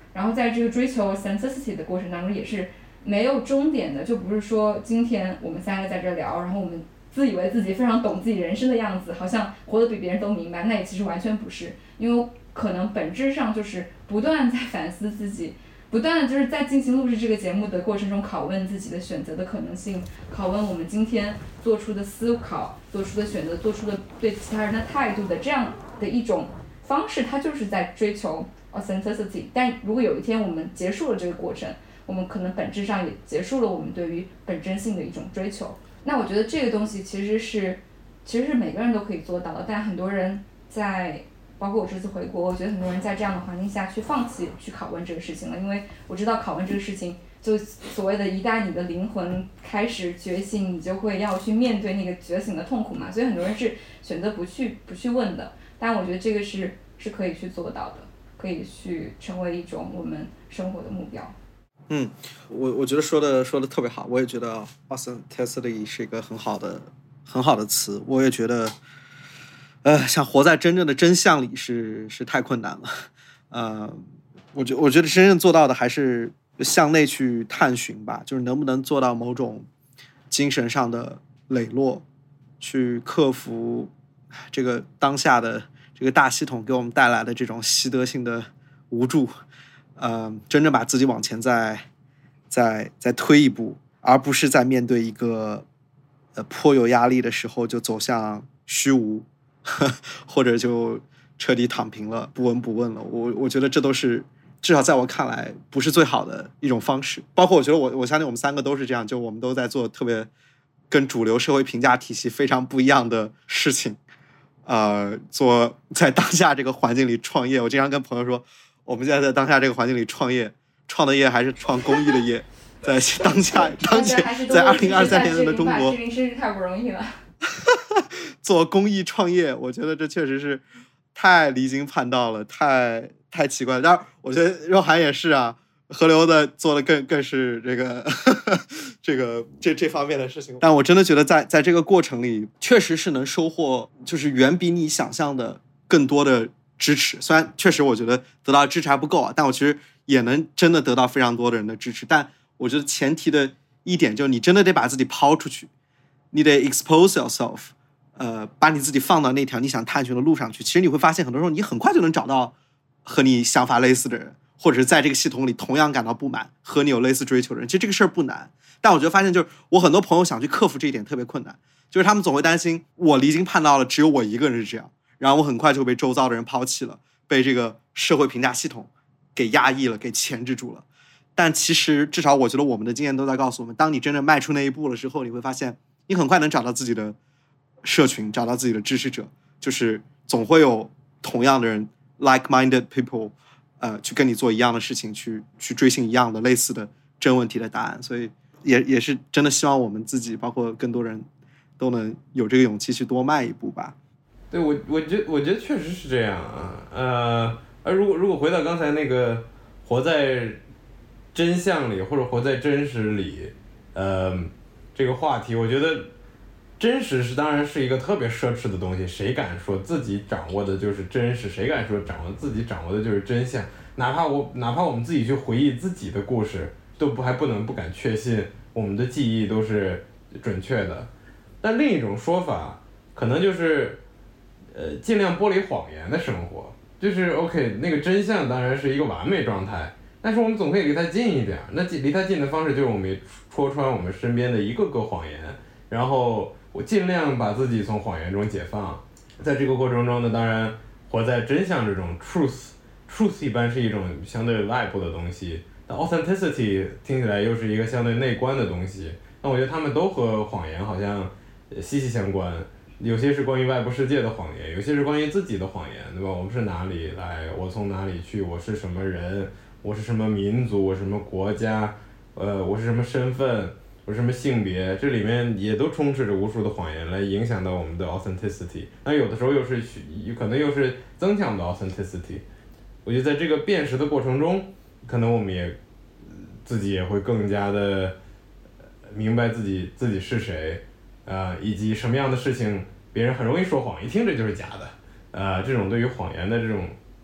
然后在这个追求 authenticity 的过程当中也是没有终点的，就不是说今天我们三个在这聊，然后我们自以为自己非常懂自己人生的样子，好像活得比别人都明白，那也其实完全不是，因为可能本质上就是不断在反思自己，不断的就是在进行录制这个节目的过程中拷问自己的选择的可能性，拷问我们今天做出的思考、做出的选择、做出的对其他人的态度的这样的一种方式，它就是在追求 authenticity。但如果有一天我们结束了这个过程，我们可能本质上也结束了我们对于本真性的一种追求。那我觉得这个东西其实是每个人都可以做到的，但很多人在包括我这次回国，我觉得很多人在这样的环境下去放弃去拷问这个事情了，因为我知道拷问这个事情，就所谓的一旦你的灵魂开始觉醒，你就会要去面对那个觉醒的痛苦嘛，所以很多人是选择不去问的。但我觉得这个是可以去做到的，可以去成为一种我们生活的目标。 我觉得说的特别好，我也觉得 authenticity 是一个很好的词，我也觉得想活在真正的真相里是太困难了。我觉得真正做到的还是向内去探寻吧，就是能不能做到某种精神上的磊落，去克服这个当下的这个大系统给我们带来的这种习得性的无助，真正把自己往前再推一步，而不是在面对一个颇有压力的时候就走向虚无或者就彻底躺平了，不闻不问了。我觉得这都是至少在我看来不是最好的一种方式。包括我觉得我相信我们三个都是这样，就我们都在做特别跟主流社会评价体系非常不一样的事情，做在当下这个环境里创业。我经常跟朋友说，我们现在在当下这个环境里创业，创的业还是创公益的业，在当前在2023年的中国， 真是太不容易了。 做公益创业，我觉得这确实是太离经叛道了，太奇怪了。当然，我觉得肉涵也是啊，河流的做的更是这个这方面的事情。但我真的觉得在这个过程里，确实是能收获，就是远比你想象的更多的支持。虽然确实我觉得得到支持还不够啊，但我其实也能真的得到非常多的人的支持。但我觉得前提的一点就是你真的得把自己抛出去，你得 expose yourself， 把你自己放到那条你想探寻的路上去。其实你会发现很多时候你很快就能找到和你想法类似的人，或者是在这个系统里同样感到不满和你有类似追求的人。其实这个事儿不难，但我觉得发现就是我很多朋友想去克服这一点特别困难，就是他们总会担心我离经叛道了，只有我一个人是这样，然后我很快就被周遭的人抛弃了，被这个社会评价系统给压抑了，给钳制住了。但其实至少我觉得我们的经验都在告诉我们，当你真正迈出那一步了之后，你会发现你很快能找到自己的社群，找到自己的支持者，就是总会有同样的人 like-minded people， 去跟你做一样的事情，去追寻一样的类似的真问题的答案。所以也是真的希望我们自己包括更多人都能有这个勇气去多迈一步吧。 对，我觉得确实是这样啊。如果回到刚才那个活在真相里或者活在真实里，这个话题，我觉得真实当然是一个特别奢侈的东西，谁敢说自己掌握的就是真实？谁敢说自己掌握的就是真相？哪怕我们自己去回忆自己的故事，还不敢确信我们的记忆都是准确的。但另一种说法，可能就是尽量剥离谎言的生活。就是 OK， 那个真相当然是一个完美状态，但是我们总可以离它近一点。那离它近的方式就是我们戳穿我们身边的一个个谎言，然后我尽量把自己从谎言中解放。在这个过程中呢，当然活在真相这种 truth 一般是一种相对外部的东西，但 authenticity 听起来又是一个相对内观的东西。那我觉得他们都和谎言好像息息相关。有些是关于外部世界的谎言，有些是关于自己的谎言，对吧？我们是哪里来，我从哪里去，我是什么人，我是什么民族，我是什么国家，我是什么身份，我是什么性别，这里面也都充斥着无数的谎言来影响到我们的 authenticity。那有的时候可能又是增强的 authenticity。我觉得在这个辨识的过程中，可能我们也自己也会更加的明白自己是谁。以及什么样的事情别人很容易说谎，一听这就是假的，这种对于谎言的这种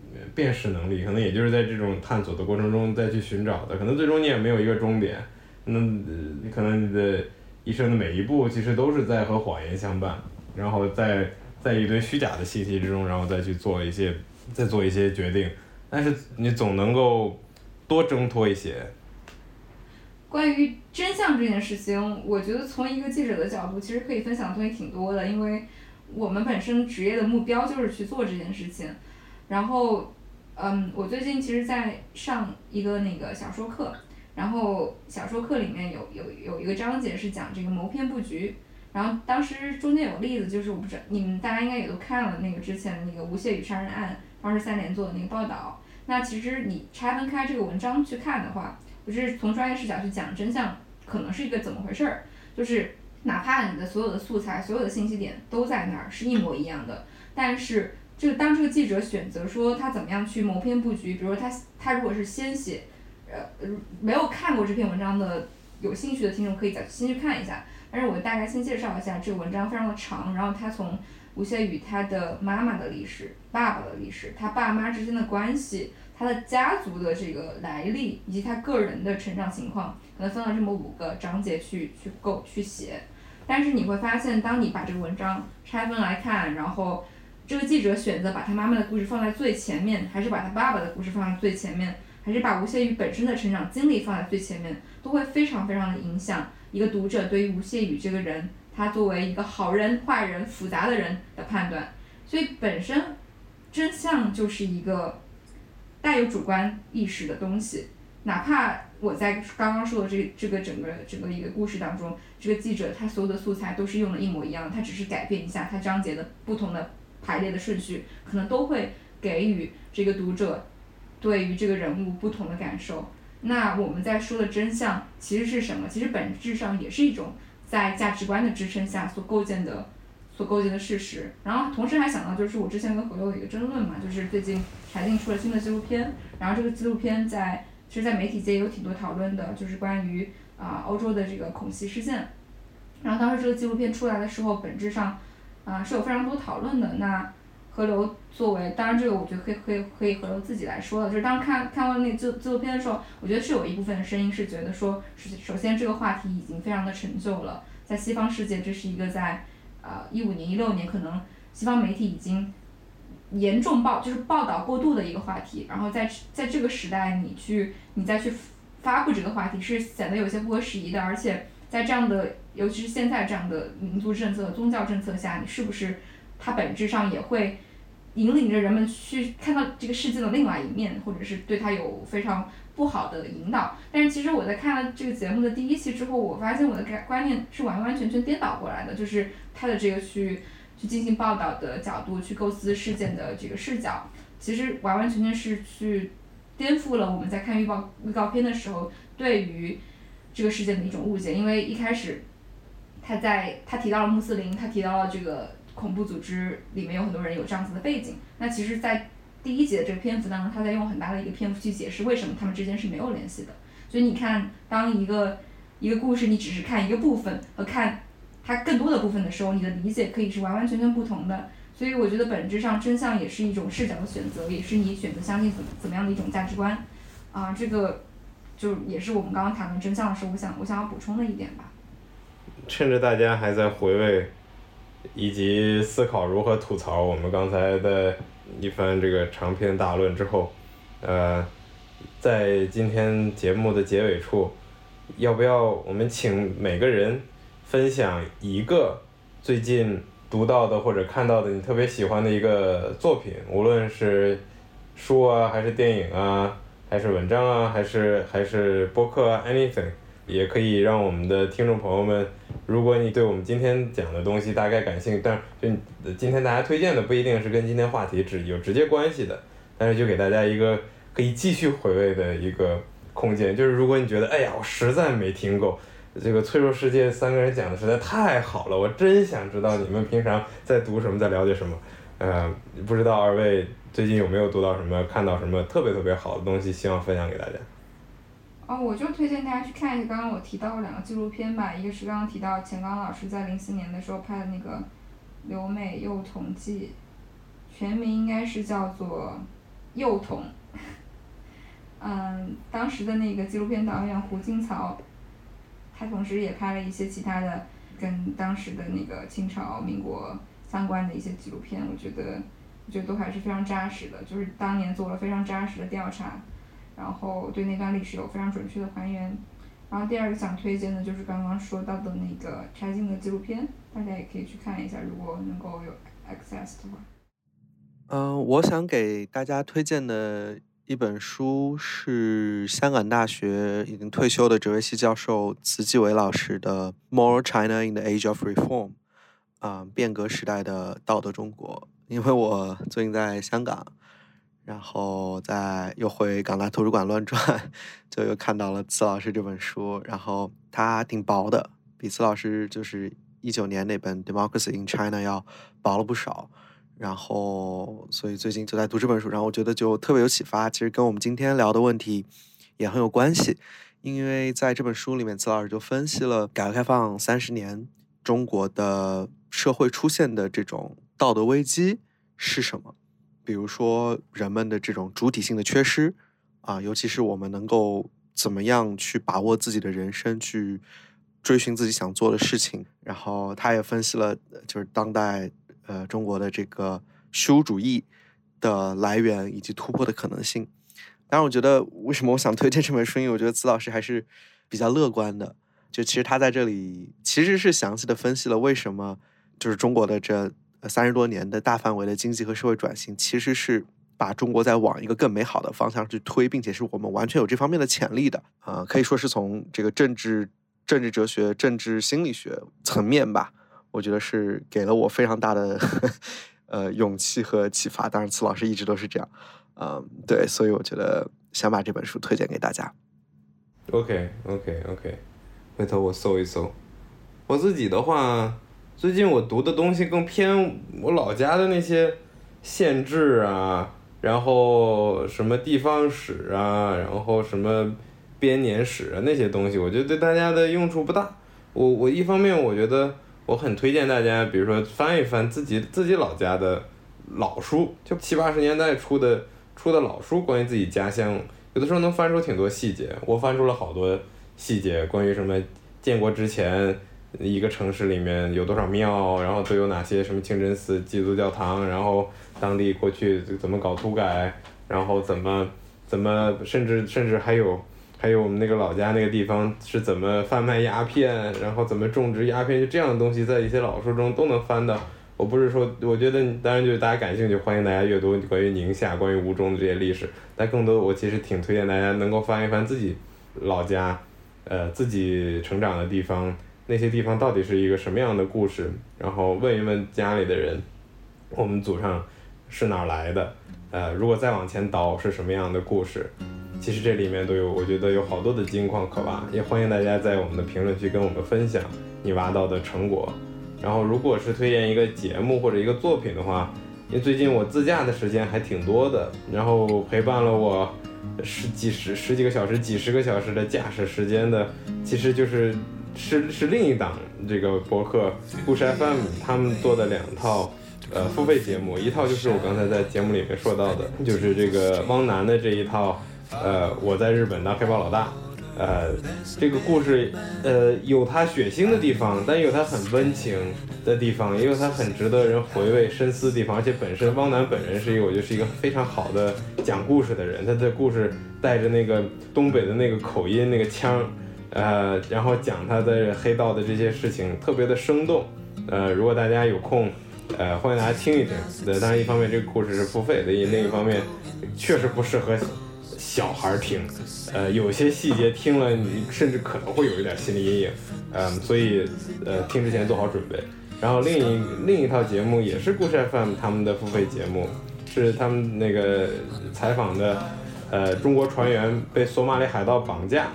辨识能力，可能也就是在这种探索的过程中再去寻找的，可能最终你也没有一个终点，可能你的一生的每一步其实都是在和谎言相伴，然后在一堆虚假的信息之中，然后再做一些决定，但是你总能够多挣脱一些。 关于真相这件事情，我觉得从一个记者的角度，其实可以分享的东西挺多的，因为我们本身职业的目标就是去做这件事情。然后，我最近其实在上一个那个小说课，然后小说课里面有一个章节是讲这个谋篇布局。然后当时中间有例子，就是我不知道你们大家应该也都看了那个之前的那个吴谢宇杀人案，当时3联做的那个报道。那其实你拆分开这个文章去看的话，我是从专业视角去讲真相可能是一个怎么回事儿，就是哪怕你的所有的素材、所有的信息点都在那儿是一模一样的，但是当这个记者选择说他怎么样去谋篇布局，比如说他如果是先写，没有看过这篇文章的有兴趣的听众可以先去看一下。但是我大概先介绍一下这个文章非常的长，然后他从吴谢宇他的妈妈的历史、爸爸的历史、他爸妈之间的关系、他的家族的这个来历以及他个人的成长情况，可能分了这么5个章节去写。但是你会发现，当你把这个文章拆分来看，然后这个记者选择把他妈妈的故事放在最前面，还是把他爸爸的故事放在最前面，还是把吴谢宇本身的成长经历放在最前面，都会非常非常的影响一个读者对于吴谢宇这个人，他作为一个好人、坏人、复杂的人的判断。所以本身真相就是一个带有主观意识的东西，哪怕我在刚刚说的这个整个一个故事当中，这个记者他所有的素材都是用的一模一样的，他只是改变一下他章节的不同的排列的顺序，可能都会给予这个读者对于这个人物不同的感受。那我们在说的真相其实是什么？其实本质上也是一种在价值观的支撑下所构建的事实。然后同时还想到，就是我之前跟何友有一个争论嘛，就是最近柴静出了新的纪录片，然后这个纪录片其实在媒体界有挺多讨论的，就是关于欧洲的这个恐袭事件。然后当时这个纪录片出来的时候，本质上是有非常多讨论的。那何流作为，当然这个我觉得可以何流自己来说了，就是当时看完那个纪录片的时候，我觉得是有一部分的声音是觉得说，首先这个话题已经非常的陈旧了，在西方世界这是一个在15年16年可能西方媒体已经严重就是报道过度的一个话题，然后在这个时代你再去发布这个话题是显得有些不合时宜的，而且在这样的尤其是现在这样的民族政策、宗教政策下，你是不是它本质上也会引领着人们去看到这个世界的另外一面，或者是对它有非常不好的引导。但是其实我在看了这个节目的第1期之后，我发现我的观念是完完全全颠倒过来的，就是它的这个去进行报道的角度，去构思事件的这个视角，其实完完全全是去颠覆了我们在看预告片的时候对于这个事件的一种误解。因为一开始他提到了穆斯林，他提到了这个恐怖组织里面有很多人有这样子的背景，那其实在第1集的这个篇幅当中，他在用很大的一个篇幅去解释为什么他们之间是没有联系的。所以你看，当一个故事你只是看一个部分和看它更多的部分的时候，你的理解可以是完完全全不同的。所以我觉得本质上真相也是一种视角的选择，也是你选择相信怎么样的一种价值观这个就也是我们刚刚谈论真相的时候我想要补充的一点吧。 趁着大家还在回味以及思考如何吐槽我们刚才的一番这个长篇大论之后，在今天节目的结尾处，要不要我们请每个人分享一个最近读到的或者看到的你特别喜欢的一个作品，无论是书啊，还是电影啊，还是文章啊，还是播客啊 anything， 也可以让我们的听众朋友们，如果你对我们今天讲的东西大概感兴趣，但就今天大家推荐的不一定是跟今天话题有直接关系的，但是就给大家一个可以继续回味的一个空间。就是如果你觉得哎呀我实在没听够这个脆弱世界3个人讲的实在太好了，我真想知道你们平常在读什么，在了解什么。不知道2位最近有没有读到什么，看到什么特别特别好的东西，希望分享给大家。 我就推荐大家去看一下刚刚我提到的2个纪录片吧，一个是刚刚提到钱刚老师在04年的时候拍的那个留美幼童记，全名应该是叫做幼童。当时的那个纪录片导演胡金曹，他同时也拍了一些其他的跟当时的那个清朝民国相关的一些纪录片，我觉得都还是非常扎实的，就是当年做了非常扎实的调查，然后对那段历史有非常准确的还原。然后第二个想推荐的就是刚刚说到的那个柴静的纪录片，大家也可以去看一下，如果能够有 access 的话。 我想给大家推荐的一本书是香港大学已经退休的哲学系教授茨季伟老师的《Moral China in the Age of Reform》，变革时代的道德中国。因为我最近在香港，然后又回港大图书馆乱转，就又看到了茨老师这本书，然后它挺薄的，比茨老师就是19年那本《Democracy in China》要薄了不少。然后所以最近就在读这本书，然后我觉得就特别有启发，其实跟我们今天聊的问题也很有关系。因为在这本书里面，茨老师就分析了改革开放30年中国的社会出现的这种道德危机是什么，比如说人们的这种主体性的缺失尤其是我们能够怎么样去把握自己的人生，去追寻自己想做的事情。然后他也分析了就是当代中国的这个虚无主义的来源以及突破的可能性。当然我觉得为什么我想推荐这本书，因为我觉得茨老师还是比较乐观的，就其实他在这里其实是详细的分析了为什么就是中国的这30多年的大范围的经济和社会转型其实是把中国在往一个更美好的方向去推，并且是我们完全有这方面的潜力的可以说是从这个政治哲学、政治心理学层面吧，我觉得是给了我非常大的勇气和启发。当然茨老师一直都是这样对，所以我觉得想把这本书推荐给大家。 OK， 回头我搜一搜。我自己的话，最近我读的东西更偏我老家的那些县志啊，然后什么地方史啊，然后什么编年史啊，那些东西我觉得对大家的用处不大。我一方面我觉得我很推荐大家，比如说翻一翻自己老家的老书，就70、80年代出的老书，关于自己家乡，有的时候能翻出挺多细节。我翻出了好多细节，关于什么建国之前一个城市里面有多少庙，然后都有哪些什么清真寺、基督教堂，然后当地过去怎么搞土改，然后怎么甚至还有我们那个老家那个地方是怎么贩卖鸦片，然后怎么种植鸦片，就这样的东西在一些老书中都能翻到。我不是说，我觉得当然就是大家感兴趣，欢迎大家阅读关于宁夏、关于吴中的这些历史，但更多我其实挺推荐大家能够翻一翻自己老家，自己成长的地方，那些地方到底是一个什么样的故事，然后问一问家里的人，我们祖上是哪儿来的，如果再往前倒是什么样的故事。其实这里面都有，我觉得有好多的金矿可挖，也欢迎大家在我们的评论区跟我们分享你挖到的成果。然后如果是推荐一个节目或者一个作品的话，因为最近我自驾的时间还挺多的，然后陪伴了我十几个小时、几十个小时的驾驶时间的，其实就是另一档这个博客故事 FM 他们做的2套付费节目，一套就是我刚才在节目里面说到的，就是这个汪楠的这一套我在日本当黑帮老大。这个故事有它血腥的地方，但有它很温情的地方，也有它很值得人回味深思的地方。而且本身汪楠本人是我觉得是一个非常好的讲故事的人，他的故事带着那个东北的那个口音那个腔然后讲他的黑道的这些事情特别的生动。如果大家有空欢迎大家听一听。当然一方面这个故事是付费的，另一方面确实不适合小孩听，有些细节听了你甚至可能会有一点心理阴影，所以听之前做好准备。然后另一套节目也是故事 FM 他们的付费节目，是他们那个采访的中国船员被索马里海盗绑架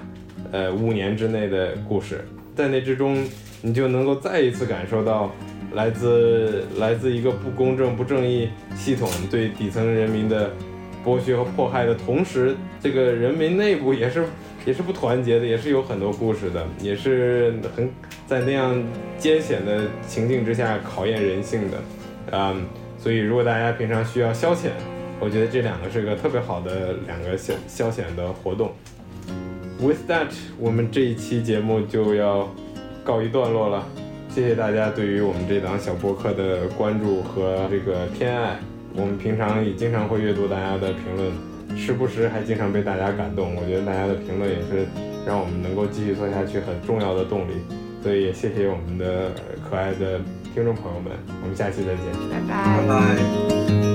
5年之内的故事，在那之中你就能够再一次感受到来自一个不公正不正义系统对底层人民的剥削和迫害的同时，这个人民内部也是不团结的，也是有很多故事的，也是很在那样艰险的情境之下考验人性的。所以如果大家平常需要消遣我觉得这两个是个特别好的两个消遣的活动。With that， 我们这一期节目就要告一段落了。谢谢大家对于我们这档小播客的关注和这个偏爱。我们平常也经常会阅读大家的评论，时不时还经常被大家感动。我觉得大家的评论也是让我们能够继续做下去很重要的动力。所以也谢谢我们的可爱的听众朋友们，我们下期再见， 拜拜。 拜拜。